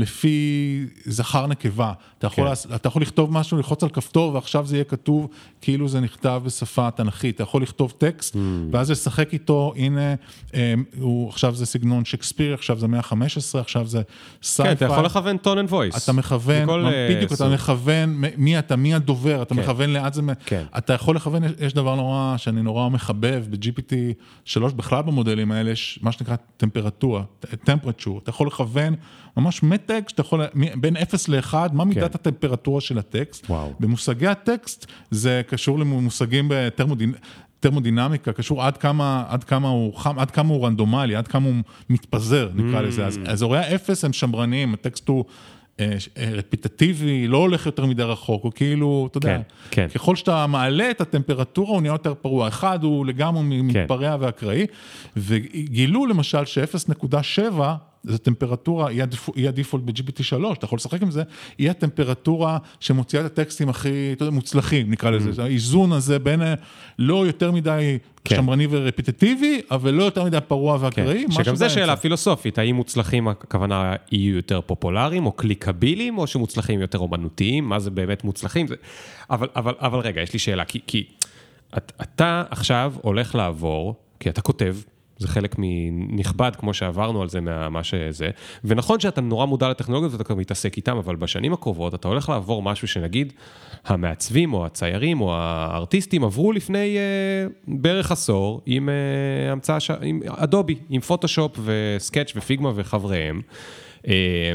לפי זכר נקבה, אתה יכול, כן. אתה יכול לכתוב משהו, ללחוץ על כפתור, ועכשיו זה יהיה כתוב, כאילו זה נכתב בשפה תנכית, אתה יכול לכתוב טקסט, mm. ואז לשחק איתו, הנה, הוא, עכשיו זה סגנון שקספיר, עכשיו זה מאה וחמש חמש עשרה, עכשיו זה סייפיי. כן, אתה יכול לכוון טון אנד וויס. אתה מכוון, בדיוק, אתה מכוון, מי אתה, מי הדובר, אתה מכוון לאט זה, אתה יכול לכוון, יש דבר נורא, שאני נורא מחבב, ב-ג'י פי טי שלוש, בכלל במודלים האלה, יש מה שנקרא טמפרטורה, טמפרטור, אתה יכול לכוון ממש מטקסט, אתה יכול, בין אפס לאחד, מה מידת הטמפרטורה של הטקסט. במושגי הטקסט, זה קשור למושגים בטרמודינמיקה, טרמודינמיקה, קשור עד כמה, עד כמה הוא חם, עד כמה הוא רנדומלי, עד כמה הוא מתפזר, נקרא לזה. אז אזורי האפס הם שמרניים, הטקסט הוא רפיטטיבי, לא הולך יותר מדי רחוק, הוא כאילו, אתה יודע, ככל שאתה מעלה את הטמפרטורה, הוא נהיה יותר פרוע. אחד הוא לגמרי מתפרע ואקראי, וגילו למשל ש-אפס נקודה שבע, זו טמפרטורה, היא הדיפולט ב-ג'י פי טי שלוש, אתה יכול לשחק עם זה, היא הטמפרטורה שמוציאה את הטקסטים הכי, אתה יודע, מוצלחים, נקרא לזה, האיזון הזה בין לא יותר מדי שמרני ורפיטטיבי, אבל לא יותר מדי פרוע ואקראי. שגם זה שאלה פילוסופית, האם מוצלחים, הכוונה, יהיו יותר פופולריים, או קליקבילים, או שמוצלחים יותר אומנותיים, מה זה באמת מוצלחים? אבל, אבל, אבל רגע, יש לי שאלה, כי, כי אתה עכשיו הולך לעבור, כי אתה כותב, זה חלק מנכבד, כמו שעברנו על זה, מה שזה, ונכון שאתה נורא מודע לטכנולוגיות, ואתה כבר מתעסק איתם, אבל בשנים הקרובות, אתה הולך לעבור משהו שנגיד, המעצבים, או הציירים, או הארטיסטים, עברו לפני אה, בערך עשור, עם אה, המצאה, ש... עם אדובי, עם פוטושופ, וסקץ' ופיגמה וחבריהם, אה,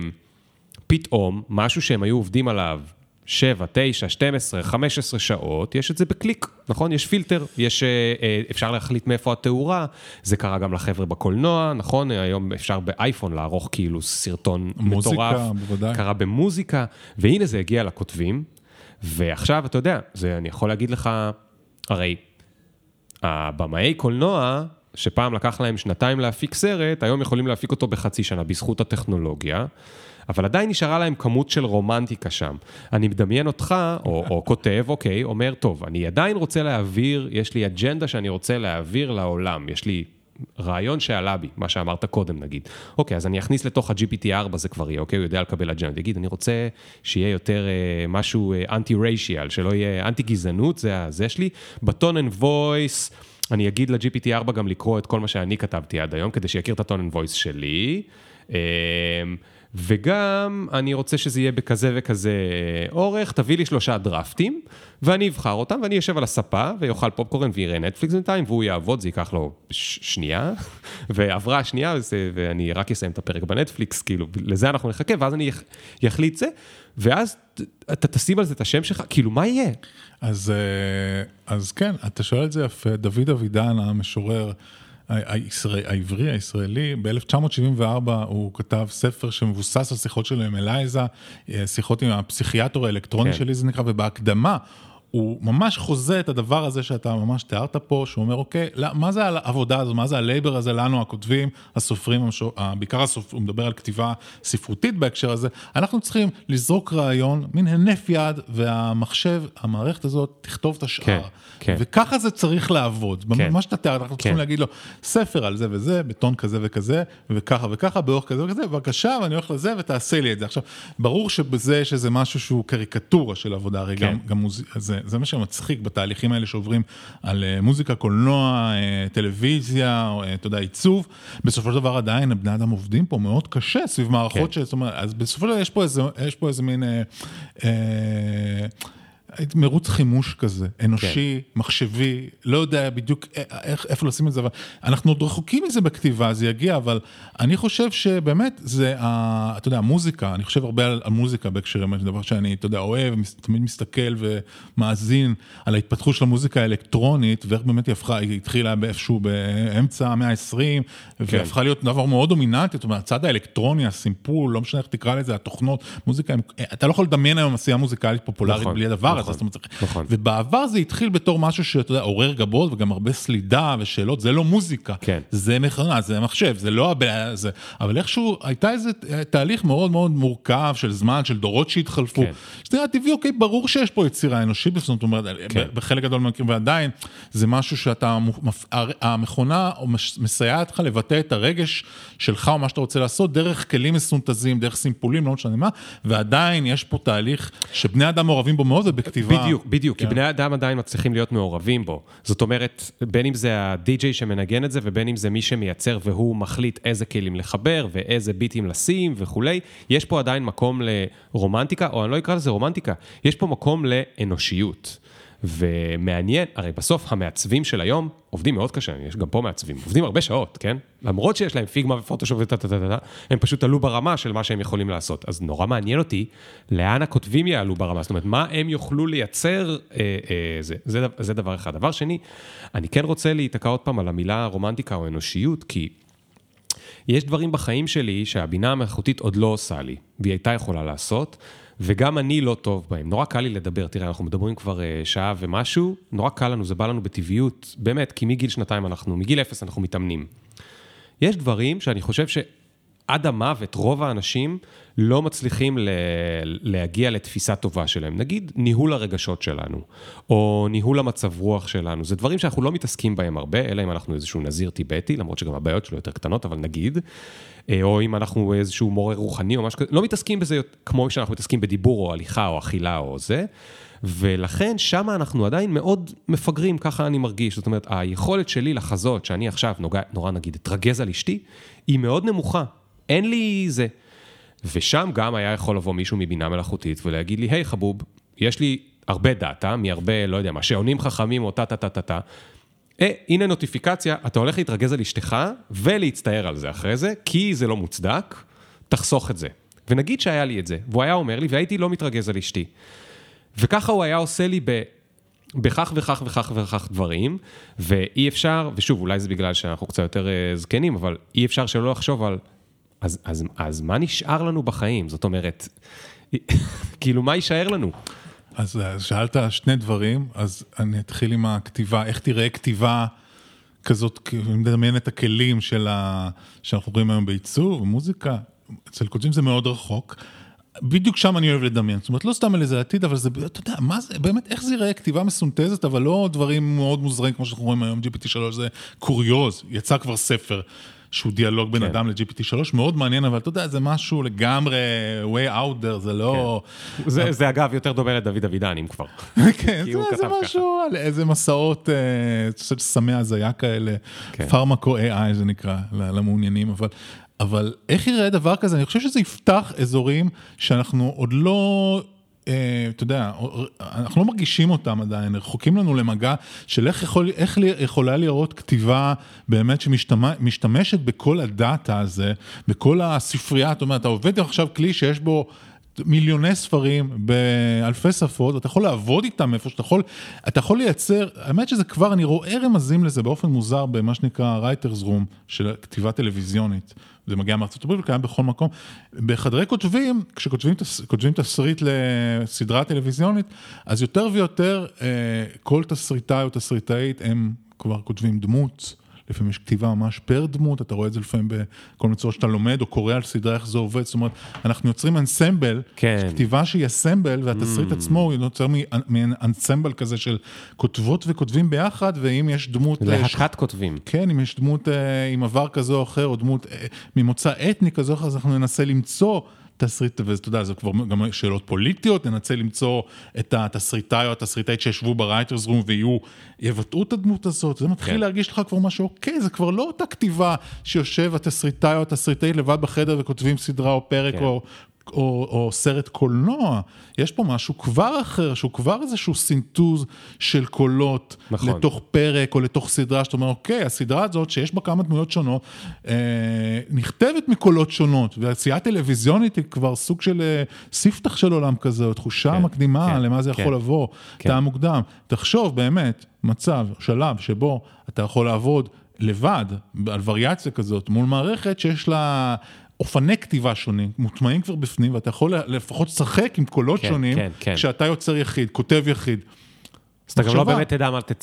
פתאום, משהו שהם היו עובדים עליו, שבע, תשע, שתים עשרה, חמש עשרה שעות, יש את זה בקליק, נכון? יש פילטר, יש, אפשר להחליט מאיפה התאורה, זה קרה גם לחבר'ה בקולנוע, נכון? היום אפשר באייפון לערוך כאילו סרטון מטורף, בוודאי. קרה במוזיקה, והנה זה הגיע לכותבים, ועכשיו אתה יודע, זה אני יכול להגיד לך, הרי, הבמאי קולנוע, שפעם לקח להם שנתיים להפיק סרט, היום יכולים להפיק אותו בחצי שנה, בזכות הטכנולוגיה, אבל עדיין נשארה להם כמות של רומנטיקה שם. אני מדמיין אותך, או, או כותב, אוקיי, אומר, טוב, אני עדיין רוצה להעביר, יש לי אג'נדה שאני רוצה להעביר לעולם, יש לי רעיון שעלה בי, מה שאמרת קודם נגיד. אוקיי, אז אני אכניס לתוך ה-ג'י פי טי ארבע, זה כבר יהיה, אוקיי, הוא יודע לקבל אג'נדה. יגיד, אני רוצה שיהיה יותר אה, משהו אה, אנטי-ריישיאל, שלא יהיה אנטי-גזענות, זה, זה יש לי. בטון אנד וויס, אני אגיד ל-ג'י פי טי ארבע גם לקרוא את כל מה שאני כתבתי עד היום, כדי שיכיר את הטון אנד וויס שלי. אה, וגם אני רוצה שזה יהיה בכזה וכזה אורך, תביא לי שלושה דרפטים, ואני אבחר אותם, ואני יושב על הספה, ויוכל פופקורן ויראה נטפליקס בינתיים, והוא יעבוד, זה ייקח לו שנייה, ועברה השנייה, ואני רק אסיים את הפרק בנטפליקס, כאילו, לזה אנחנו נחכה, ואז אני יחליט זה, ואז אתה תשים על זה את השם שלך, כאילו, מה יהיה? אז, אז כן, אתה שואל את זה יפה, דוד אבידן, המשורר, העברי, הישראלי, ב-אלף תשע מאות שבעים וארבע הוא כתב ספר שמבוסס על שיחות שלו עם אלייזה, שיחות עם הפסיכיאטר האלקטרוני שלי, זה נקרא, ובהקדמה, הוא ממש חוזה את הדבר הזה שאתה ממש תיארת פה, שהוא אומר, אוקיי, מה זה העבודה הזו, מה זה הלייבר הזה לנו, הכותבים, הסופרים, בעיקר הסופרים, הוא מדבר על כתיבה ספרותית בהקשר הזה, אנחנו צריכים לזרוק רעיון, מין הנף יד, והמחשב, המערכת הזאת, תכתוב את השאר. כן, כן. וככה זה צריך לעבוד. כן. מה שאתה תיאר, אנחנו כן. צריכים להגיד לו, ספר על זה וזה, בטון כזה וכזה, וככה וככה, באורך כזה וכזה, בבקשה, ואני הולך לזה ותעשה לי את זה. עכשיו, ברור שבזה שזה משהו שהוא קריקטורה של עבודה, הרי כן. גם, גם מוז... זה, זה מה שמצחיק בתהליכים האלה שעוברים על מוזיקה, קולנוע, טלוויזיה, אתה יודע, עיצוב. בסופו של דבר עדיין הבני אדם עובדים פה מאוד קשה סביב מערכות כן. ש... זאת אומרת, אז בסופו של דבר יש פה איזה, יש פה איזה מין... אה, אה, מרוץ חימוש כזה, אנושי, כן. מחשבי, לא יודע בדיוק איך, איפה לשים את זה, אבל אנחנו עוד רחוקים מזה בכתיבה, זה יגיע, אבל אני חושב שבאמת זה, אתה יודע, המוזיקה, אני חושב הרבה על, על מוזיקה בהקשרים, זה דבר שאני, אתה יודע, אוהב, תמיד מסתכל ומאזין על ההתפתחות של המוזיקה האלקטרונית, ואיך באמת היא הפכה, היא התחילה באיפשהו באמצע המאה ה-עשרים, כן. והפכה להיות דבר מאוד דומיננטי, זאת אומרת, הצד האלקטרוני, הסימפול, לא משנה איך תקרא לזה, התוכנות, מוזיקה, אתה לא יכול לדמיין היום עשייה מוזיקלית פופולרית בלי הדבר. נכון, נכון. ובעבר זה התחיל בתור משהו שאתה יודע, עורר גבות וגם הרבה סלידה ושאלות, זה לא מוזיקה, כן. זה מכונה, זה מחשב, זה לא הבעיה, זה, אבל איכשהו הייתה איזה תהליך מאוד מאוד מורכב של זמן, של דורות שהתחלפו, כן. שזה היה טבעי, אוקיי, ברור שיש פה יצירה אנושית, זאת אומרת, כן. בחלק גדול מהמקרים, ועדיין זה משהו שאתה, המכונה מסייעת לך לבטא את הרגש שלך או מה שאתה רוצה לעשות, דרך כלים מסונטזים, דרך סימפולים, לא משנה מה, ועדיין יש פה תהליך שבני אדם מעורבים בו מאוד, הכתיבה. בדיוק, בדיוק, כי בני אדם עדיין מצליחים להיות מעורבים בו. זאת אומרת, בין אם זה הדי-ג'יי שמנגן את זה, ובין אם זה מי שמייצר והוא מחליט איזה כלים לחבר, ואיזה ביטים לשים וכולי, יש פה עדיין מקום לרומנטיקה, או אני לא אקרא לזה רומנטיקה, יש פה מקום לאנושיות. ומעניין, הרי בסוף המעצבים של היום עובדים מאוד קשה, יש גם פה מעצבים, עובדים הרבה שעות, כן? למרות שיש להם פיגמה ופוטושופ וטטטטטט, הם פשוט עלו ברמה של מה שהם יכולים לעשות. אז נורא מעניין אותי, לאן הכותבים יעלו ברמה, זאת אומרת, מה הם יוכלו לייצר, אה, אה, זה, זה, זה דבר אחד. דבר שני, אני כן רוצה להתעקע עוד פעם על המילה רומנטיקה או אנושיות, כי יש דברים בחיים שלי שהבינה המלאכותית עוד לא עושה לי, והיא הייתה יכולה לעשות, וגם אני לא טוב בהם. נורא קל לי לדבר, תראה, אנחנו מדברים כבר שעה ומשהו, נורא קל לנו, זה בא לנו בטבעיות, באמת, כי מגיל שנתיים אנחנו, מגיל אפס אנחנו מתאמנים. יש דברים שאני חושב שעד המוות, רוב האנשים לא מצליחים ל- להגיע לתפיסה טובה שלהם. נגיד, ניהול הרגשות שלנו, או ניהול המצב רוח שלנו. זה דברים שאנחנו לא מתעסקים בהם הרבה, אלא אם אנחנו איזשהו נזיר טיבטי, למרות שגם הבעיות שלו יותר קטנות, אבל נגיד, או אם אנחנו איזשהו מורה רוחני או משהו כזה, לא מתעסקים בזה כמו שאנחנו מתעסקים בדיבור או הליכה או אכילה או זה, ולכן שם אנחנו עדיין מאוד מפגרים, ככה אני מרגיש. זאת אומרת, היכולת שלי לחזות שאני עכשיו נוגע, נורא נגיד, אתרגז על אשתי, היא מאוד נמוכה. אין לי זה. ושם גם היה יכול לבוא מישהו מבינה מלאכותית ולהגיד לי, היי חבוב, יש לי הרבה דאטה, מהרבה, לא יודע מה, שעונים חכמים או טה-טה-טה-טה, אה, הנה נוטיפיקציה, אתה הולך להתרגז על אשתך ולהצטער על זה אחרי זה, כי זה לא מוצדק, תחסוך את זה. ונגיד שהיה לי את זה, והוא היה אומר לי, והייתי לא מתרגז על אשתי. וככה הוא היה עושה לי ב... בכך וכך וכך וכך דברים, ואי אפשר, ושוב, אולי זה בגלל שאנחנו קצת יותר זקנים, אבל אי אפשר שלא לחשוב על, אז, אז, אז מה נשאר לנו בחיים? זאת אומרת, כאילו, מה יישאר לנו? אז שאלת שני דברים, אז אני אתחיל עם הכתיבה, איך תראה כתיבה כזאת, אני מדמיין את הכלים של ה... שאנחנו רואים היום בעיצוב, מוזיקה, אצל כותבים זה מאוד רחוק, בדיוק שם אני אוהב לדמיין, זאת אומרת, לא סתם על איזה עתיד, אבל זה, אתה יודע, מה זה, באמת, איך זה יראה כתיבה מסונטזת, אבל לא דברים מאוד מוזרים, כמו שאנחנו רואים היום, ג'י פי טי שלוש זה קוריוז, יצא כבר ספר, שהוא דיאלוג בין אדם ל-ג'י פי טי שלוש, מאוד מעניין, אבל אתה יודע, זה משהו לגמרי way out there, זה לא... זה אגב יותר דומה לדוד אבידן, אם כבר. כן, זה משהו על איזה מסעות, סמי הזיה כאלה, פרמקו איי איי זה נקרא, למעוניינים, אבל... אבל איך יראה דבר כזה? אני חושב שזה יפתח אזורים שאנחנו עוד לא, אה, אתה יודע, אנחנו לא מרגישים אותם עדיין, רחוקים לנו למגע של איך, יכול, איך יכולה לראות כתיבה באמת שמשתמשת בכל הדאטה הזה, בכל הספרייה, זאת אומרת, אתה עובד עכשיו כלי שיש בו מיליוני ספרים באלפי שפות, אתה יכול לעבוד איתם איפה שאתה יכול, אתה יכול לייצר, האמת שזה כבר, אני רואה רמזים לזה באופן מוזר במה שנקרא writer's room של כתיבה טלוויזיונית, זה מגיע מארצות הברית וקיים בכל מקום, בחדרי כותבים, כשכותבים תסריט לסדרה טלוויזיונית, אז יותר ויותר כל תסריטאי או תסריטאית הם כבר כותבים דמות, לפעמים יש כתיבה ממש פר דמות, אתה רואה את זה לפעמים בכל מצוות שאתה לומד, או קורא על סדרה איך זה עובד, זאת אומרת, אנחנו יוצרים אנסמבל, כן. כתיבה שהיא אסמבל, והתסריט mm. עצמו הוא יוצר מאין אנסמבל כזה של כותבות וכותבים ביחד, ואם יש דמות... להקת כותבים. כן, אם יש דמות עם עבר כזה או אחר, או דמות ממוצא אתני כזה או אחר, אז אנחנו ננסה למצוא תסריט, ואתה יודע, זה כבר גם שאלות פוליטיות, ננסה למצוא את התסריטאי או התסריטאית שישבו ברייטרס רום ויהיו, יבטאו את הדמות הזאת, זה מתחיל כן. להרגיש לך כבר משהו, אוקיי, זה כבר לא אותה כתיבה שיושב התסריטאי או התסריטאית לבד בחדר וכותבים סדרה או פרק כן. או... או, או סרט קולנוע, יש פה משהו כבר אחר, שהוא כבר איזשהו סינטוז של קולות, נכון. לתוך פרק או לתוך סדרה, שאתה אומר, אוקיי, הסדרה הזאת שיש בה כמה דמויות שונות, אה, נכתבת מקולות שונות, והעשייה טלוויזיונית היא כבר סוג של אה, ספתח של עולם כזה, או תחושה כן, מקדימה כן, למה זה כן, יכול לבוא, כן. תא מוקדם. תחשוב באמת, מצב, שלב שבו אתה יכול לעבוד לבד, על וריאציה כזאת, מול מערכת שיש לה... אופני כתיבה שונים, מוטמעים כבר בפנים, ואתה יכול לפחות לשחק עם קולות כן, שונים, כן, כן. כשאתה יוצר יחיד, כותב יחיד. אז אתה גם לא באמת תדע מה תצא. זאת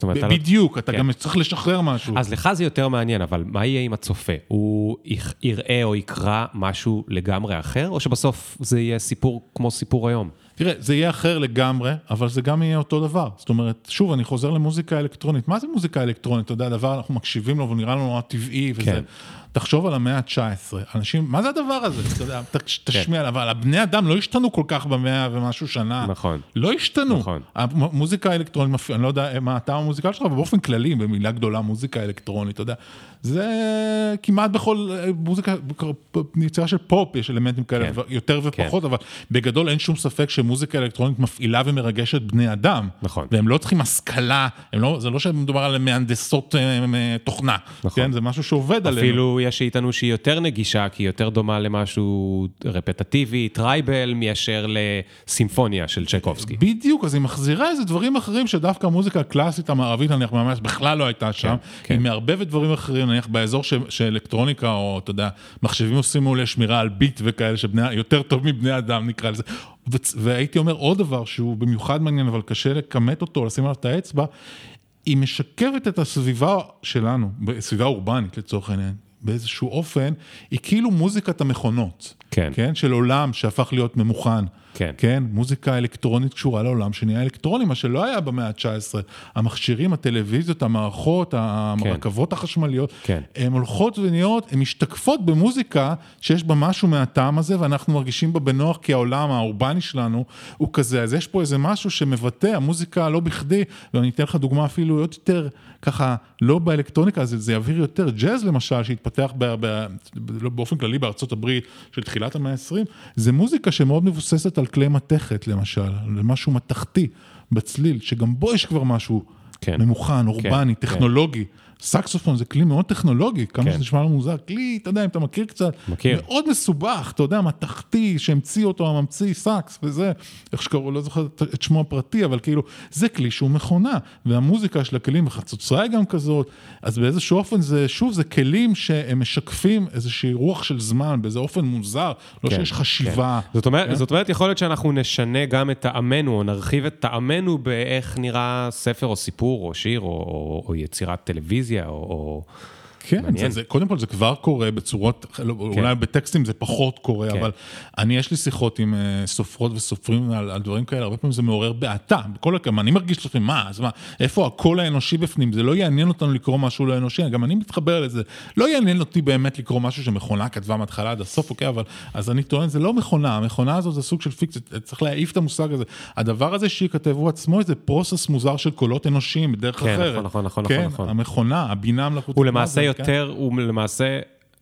זאת אומרת, בדיוק, אתה גם צריך לשחרר משהו. אז לך זה יותר מעניין, אבל מה יהיה עם הצופה? הוא יראה או יקרא משהו לגמרי אחר, או שבסוף זה יהיה סיפור כמו סיפור היום? תראה, זה יהיה אחר לגמרי, אבל זה גם יהיה אותו דבר. זאת אומרת, שוב, אני חוזר למוזיקה אלקטרונית. מה זה מוזיקה אלקטרונית? אתה יודע, דבר, אנחנו מקשיבים לו, והוא נראה לנו נורא טבעי, וזה... כן. תחשוב על המאה ה-תשע עשרה. אנשים, מה זה הדבר הזה? אתה יודע, תשמיע, אבל הבני אדם לא השתנו כל כך במאה ומשהו שנה. נכון. לא השתנו. נכון. המוזיקה האלקטרונית, אני לא יודע מה הטעם המוזיקל שלך, אבל באופן כללי, במילה גדולה, מוזיקה אלקטרונית, אתה יודע, זה כמעט בכל מוזיקה, יצירה של פופ, יש אלמנטים כאלה, יותר ופחות, אבל בגדול אין שום ספק שמוזיקה אלקטרונית מפעילה ומרגשת בני אדם. נכון. והם לא צריכים השכלה, זה לא שמדובר על מהנדסות תוכנה. כן? זה משהו שעובד עלינו. אפילו יש איתנו שהיא יותר נגישה, כי היא יותר דומה למשהו רפטטיבי, טרייבל, מאשר לסימפוניה של צ'ייקובסקי. בדיוק, אז היא מחזירה איזה דברים אחרים, שדווקא המוזיקה הקלאסית המערבית, נניח ממש בכלל לא הייתה שם, היא מערבבת דברים אחרים, נניח באזור של אלקטרוניקה, או אתה יודע, מחשבים עושים מול שמירה על ביט וכאלה, שיותר טוב מבני אדם נקרא לזה. והייתי אומר עוד דבר, שהוא במיוחד מעניין, אבל קשה לקמת אותו, לשים עליו את האצבע, היא משקפת את הסביבה שלנו, בסביבה אורבנית לצורך העניין, באיזשהו אופן, היא כאילו מוזיקת המכונות, כן. כן? של עולם שהפך להיות ממוכן, כן. כן? מוזיקה אלקטרונית קשורה לעולם שנהיה אלקטרוני, מה שלא היה במאה ה-תשע עשרה, המכשירים, הטלוויזיות, המערכות, הרכבות כן. החשמליות, כן. הן הולכות ונהיות, הן משתקפות במוזיקה שיש בה משהו מהטעם הזה, ואנחנו מרגישים בה בנוח, כי העולם האורבני שלנו הוא כזה, אז יש פה איזה משהו שמבטא, המוזיקה לא בכדי, ואני אתן לך דוגמה אפילו יותר, ככה, לא באלקטרוניקה, זה, זה יעביר יותר ג'אז למשל, שהתפתח ב, ב, ב, באופן כללי בארצות הברית של תחילת המאה ה-עשרים, זה מוזיקה שמאוד מבוססת על כלי מתכת, למשל, למשהו מתכתי בצליל, שגם בו יש כבר משהו כן. ממוכן, אורבני, כן. טכנולוגי. כן. סקסופון זה כלי מאוד טכנולוגי, כמה כן. שזה נשמע לו מוזר, כלי, אתה יודע, אם אתה מכיר קצת, מכיר. מאוד מסובך, אתה יודע, מתכתי, שהמציא אותו, הממציא סקס, וזה, איך שקראו, לא זוכר את שמו הפרטי, אבל כאילו, זה כלי שהוא מכונה, והמוזיקה של הכלים בחצוצרה היא גם כזאת, אז באיזשהו אופן זה, שוב, זה כלים שהם משקפים איזושהי רוח של זמן, באיזה אופן מוזר, לא כן, שיש חשיבה. כן. זאת אומרת, כן? זאת אומרת, יכול להיות שאנחנו נשנה גם את טעמנו, או נרחיב את טעמנו באיך נראה ספר או סיפור, או שיר, או, או, או יצירת טלוויזיה, או, או... כן, זה, זה, קודם כל זה כבר קורה בצורות, כן. אולי בטקסטים זה פחות קורה, כן. אבל אני יש לי שיחות עם uh, סופרות וסופרים על, על דברים כאלה, הרבה פעמים זה מעורר בעתה, בכל הכמה, אני מרגיש לכם, מה, אז מה, איפה הקול האנושי בפנים, זה לא יעניין אותנו לקרוא משהו לא אנושי, גם אני מתחבר לזה, לא יעניין אותי באמת לקרוא משהו שמכונה כתבה מהתחלה עד הסוף, אוקיי, אבל, אז אני טוען, זה לא מכונה, המכונה הזו זה סוג של פיקציה, צריך להעיף את המושג הזה, הדבר הזה שכתבו עצמו, זה פרוסס מוזר של קולות אנושיים, בדרך כן, אחרת. נכון, נכון, כן, נכון. המכונה, הבינה המלאכותית. הוא למעשה יותר, הוא למעשה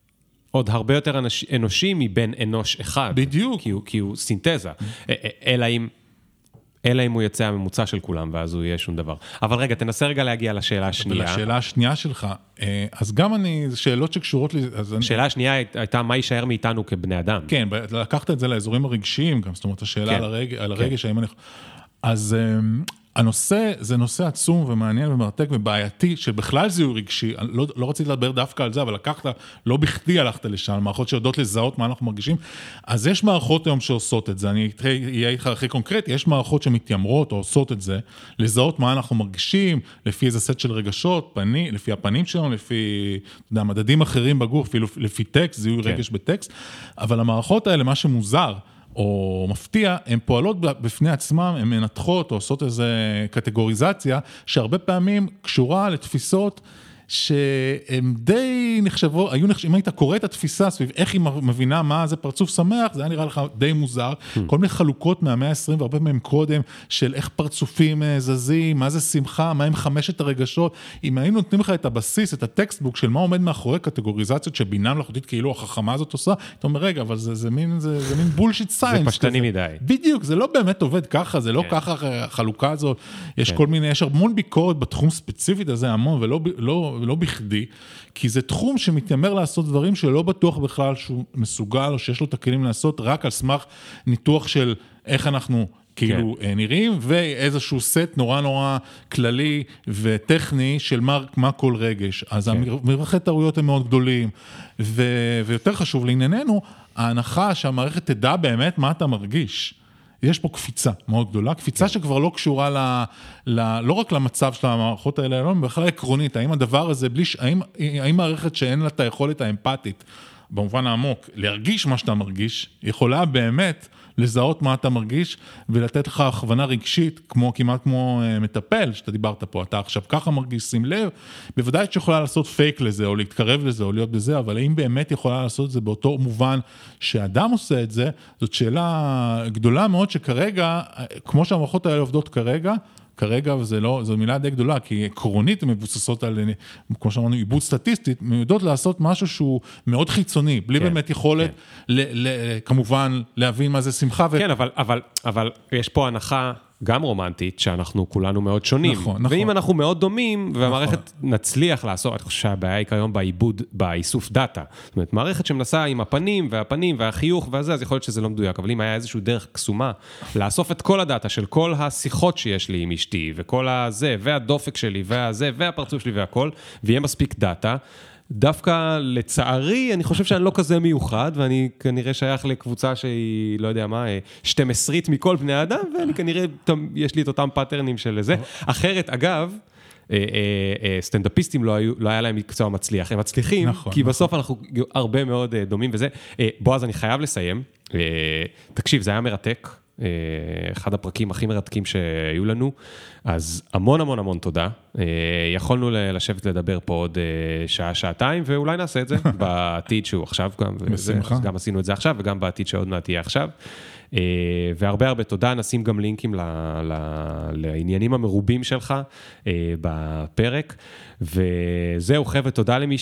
עוד הרבה יותר אנוש, אנושי מבין אנוש אחד. בדיוק. כי הוא, כי הוא סינתזה. אלא אם, אלא אם הוא יצא הממוצע של כולם, ואז הוא יהיה שום דבר. אבל רגע, תנסה רגע להגיע לשאלה השנייה. לשאלה השנייה שלך, אז גם אני, שאלות שקשורות לי... השאלה השנייה הייתה, מה יישאר מאיתנו כבני אדם? כן, לקחת את זה לאזורים הרגשיים, גם זאת אומרת, השאלה על הרגש, על הרגש, האם אני... אז... הנושא, זה נושא עצום ומעניין ומרתק ובעייתי, שבכלל זיהוי רגשי, לא, לא רציתי לדבר דווקא על זה, אבל לקחת, לא בכדי הלכת לשם, מערכות שיודעות לזהות מה אנחנו מרגישים, אז יש מערכות היום שעושות את זה, אני אהיה איתך הכי קונקרטי, יש מערכות שמתיימרות או עושות את זה, לזהות מה אנחנו מרגישים, לפי איזה סט של רגשות, פני, לפי הפנים שלנו, לפי, אתה יודע, מדדים אחרים בגוף, אפילו לפי טקסט, זיהוי כן. רגש בטקסט, אבל המערכות האלה, מה שמוזר, או מפתיע, הן פועלות בפני עצמם, הן מנתחות או עושות איזו קטגוריזציה, שהרבה פעמים קשורה לתפיסות שהן די נחשבו, היו נחשב, אם היית קורא את התפיסה סביב איך היא מבינה מה זה פרצוף שמח, זה היה נראה לך די מוזר, כל מיני חלוקות מהמאה ה-עשרים והרבה מהם קודם, של איך פרצופים זזים, מה זה שמחה, מה הם חמשת הרגשות, אם היינו נותנים לך את הבסיס, את הטקסטבוק של מה עומד מאחורי קטגוריזציות שבינה מלאכותית כאילו החכמה הזאת עושה, אתה אומר רגע, אבל זה, זה מין, זה, זה מין בולשיט סיינס. זה פשטני מדי. בדיוק, זה לא באמת עובד ככה, זה לא ככה החלוקה הזאת, יש כל מיני, יש המון ביקורת בתחום ספציפית הזה, המון, ולא, לא, לא בכדי, כי זה תחום שמתיימר לעשות דברים שלא בטוח בכלל שהוא מסוגל, או שיש לו את הכלים לעשות, רק על סמך ניתוח של איך אנחנו כאילו כן. נראים, ואיזשהו סט נורא נורא כללי וטכני של מה, מה כל רגש. אז כן. המרווחי טעויות הם מאוד גדולים, ו, ויותר חשוב לענייננו, ההנחה שהמערכת תדע באמת מה אתה מרגיש. יש פה קפיצה מאוד גדולה, קפיצה שכבר לא קשורה ל, ל, לא רק למצב של המערכות האלה, אלא בכלל עקרונית, האם הדבר הזה, בלי, האם, האם מערכת שאין לה את היכולת האמפתית, במובן העמוק, להרגיש מה שאתה מרגיש, יכולה באמת לזהות מה אתה מרגיש, ולתת לך הכוונה רגשית, כמו, כמעט כמו מטפל, שאתה דיברת פה, אתה עכשיו ככה מרגיש, שים לב, בוודאי שיכולה לעשות פייק לזה, או להתקרב לזה, או להיות בזה, אבל האם באמת יכולה לעשות את זה באותו מובן שאדם עושה את זה, זאת שאלה גדולה מאוד, שכרגע, כמו שהמערכות האלה עובדות כרגע, כרגע, וזה לא, זו מילה די גדולה, כי עקרונית הן מבוססות על, כמו שאמרנו, עיבוד סטטיסטית, מיודעות לעשות משהו שהוא מאוד חיצוני, בלי כן, באמת יכולת, כן. ל, ל, כמובן, להבין מה זה שמחה. ו... כן, אבל, אבל, אבל יש פה הנחה גם רומנטית, שאנחנו כולנו מאוד שונים. נכון, נכון. ואם אנחנו מאוד דומים, והמערכת נכון. נצליח לעשות, אני חושב שהבעיה היא כיום בעיבוד, באיסוף דאטה. זאת אומרת, מערכת שמנסה עם הפנים, והפנים, והחיוך, והזה, אז יכול להיות שזה לא מדויק. אבל אם היה איזשהו דרך קסומה, לאסוף את כל הדאטה של כל השיחות שיש לי עם אשתי, וכל הזה, והדופק שלי, והזה, והפרצוף שלי, והכל, ויהיה מספיק דאטה, דווקא לצערי, אני חושב שאני לא כזה מיוחד, ואני כנראה שייך לקבוצה שהיא, לא יודע מה, שתים עשרית מכל בני האדם, ואני כנראה, יש לי את אותם פאטרנים של זה. אחרת, אגב, סטנדאפיסטים לא היה להם מקצוע מצליח, הם מצליחים, כי בסוף אנחנו הרבה מאוד דומים וזה. בועז, אני חייב לסיים. תקשיב, זה היה מרתק. אחד הפרקים הכי מרתקים שהיו לנו, אז המון המון המון תודה. יכולנו לשבת לדבר פה עוד שעה, שעתיים, ואולי נעשה את זה בעתיד שהוא עכשיו גם, בשמחה. גם עשינו את זה עכשיו, וגם בעתיד שעוד מעט יהיה עכשיו. והרבה הרבה תודה, נשים גם לינקים ל, ל, לעניינים המרובים שלך בפרק, וזהו חבר'ה, תודה למי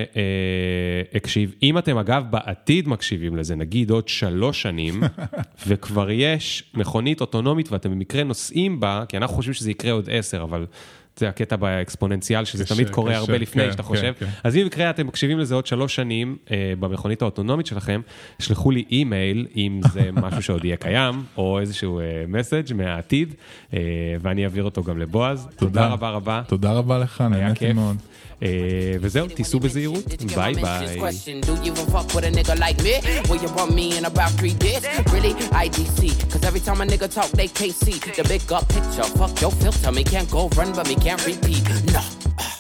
שהקשיב. אם אתם אגב בעתיד מקשיבים לזה, נגיד עוד שלוש שנים, וכבר יש מכונית אוטונומית ואתם במקרה נוסעים בה, כי אנחנו חושבים שזה יקרה עוד עשר, אבל זה הקטע באקספוננציאל, שזה תמיד קורה הרבה לפני שאתה חושב. אז אם במקרה אתם מקשיבים לזה עוד שלוש שנים במכונית האוטונומית שלכם, שלחו לי אימייל, אם זה משהו שעוד יהיה קיים, או איזשהו מסאג' מהעתיד, ואני אעביר אותו גם לבועז. תודה רבה רבה. תודה רבה לך, נהניתי מאוד. וזהו, תיסעו בזהירות. ביי ביי. Do you even fuck with a nigga like me? Will you want me in about three days? Really? I D C. Cause every time a nigga talk, they can't see the big up picture. Fuck your filter, me can't go run, but me can't repeat. No.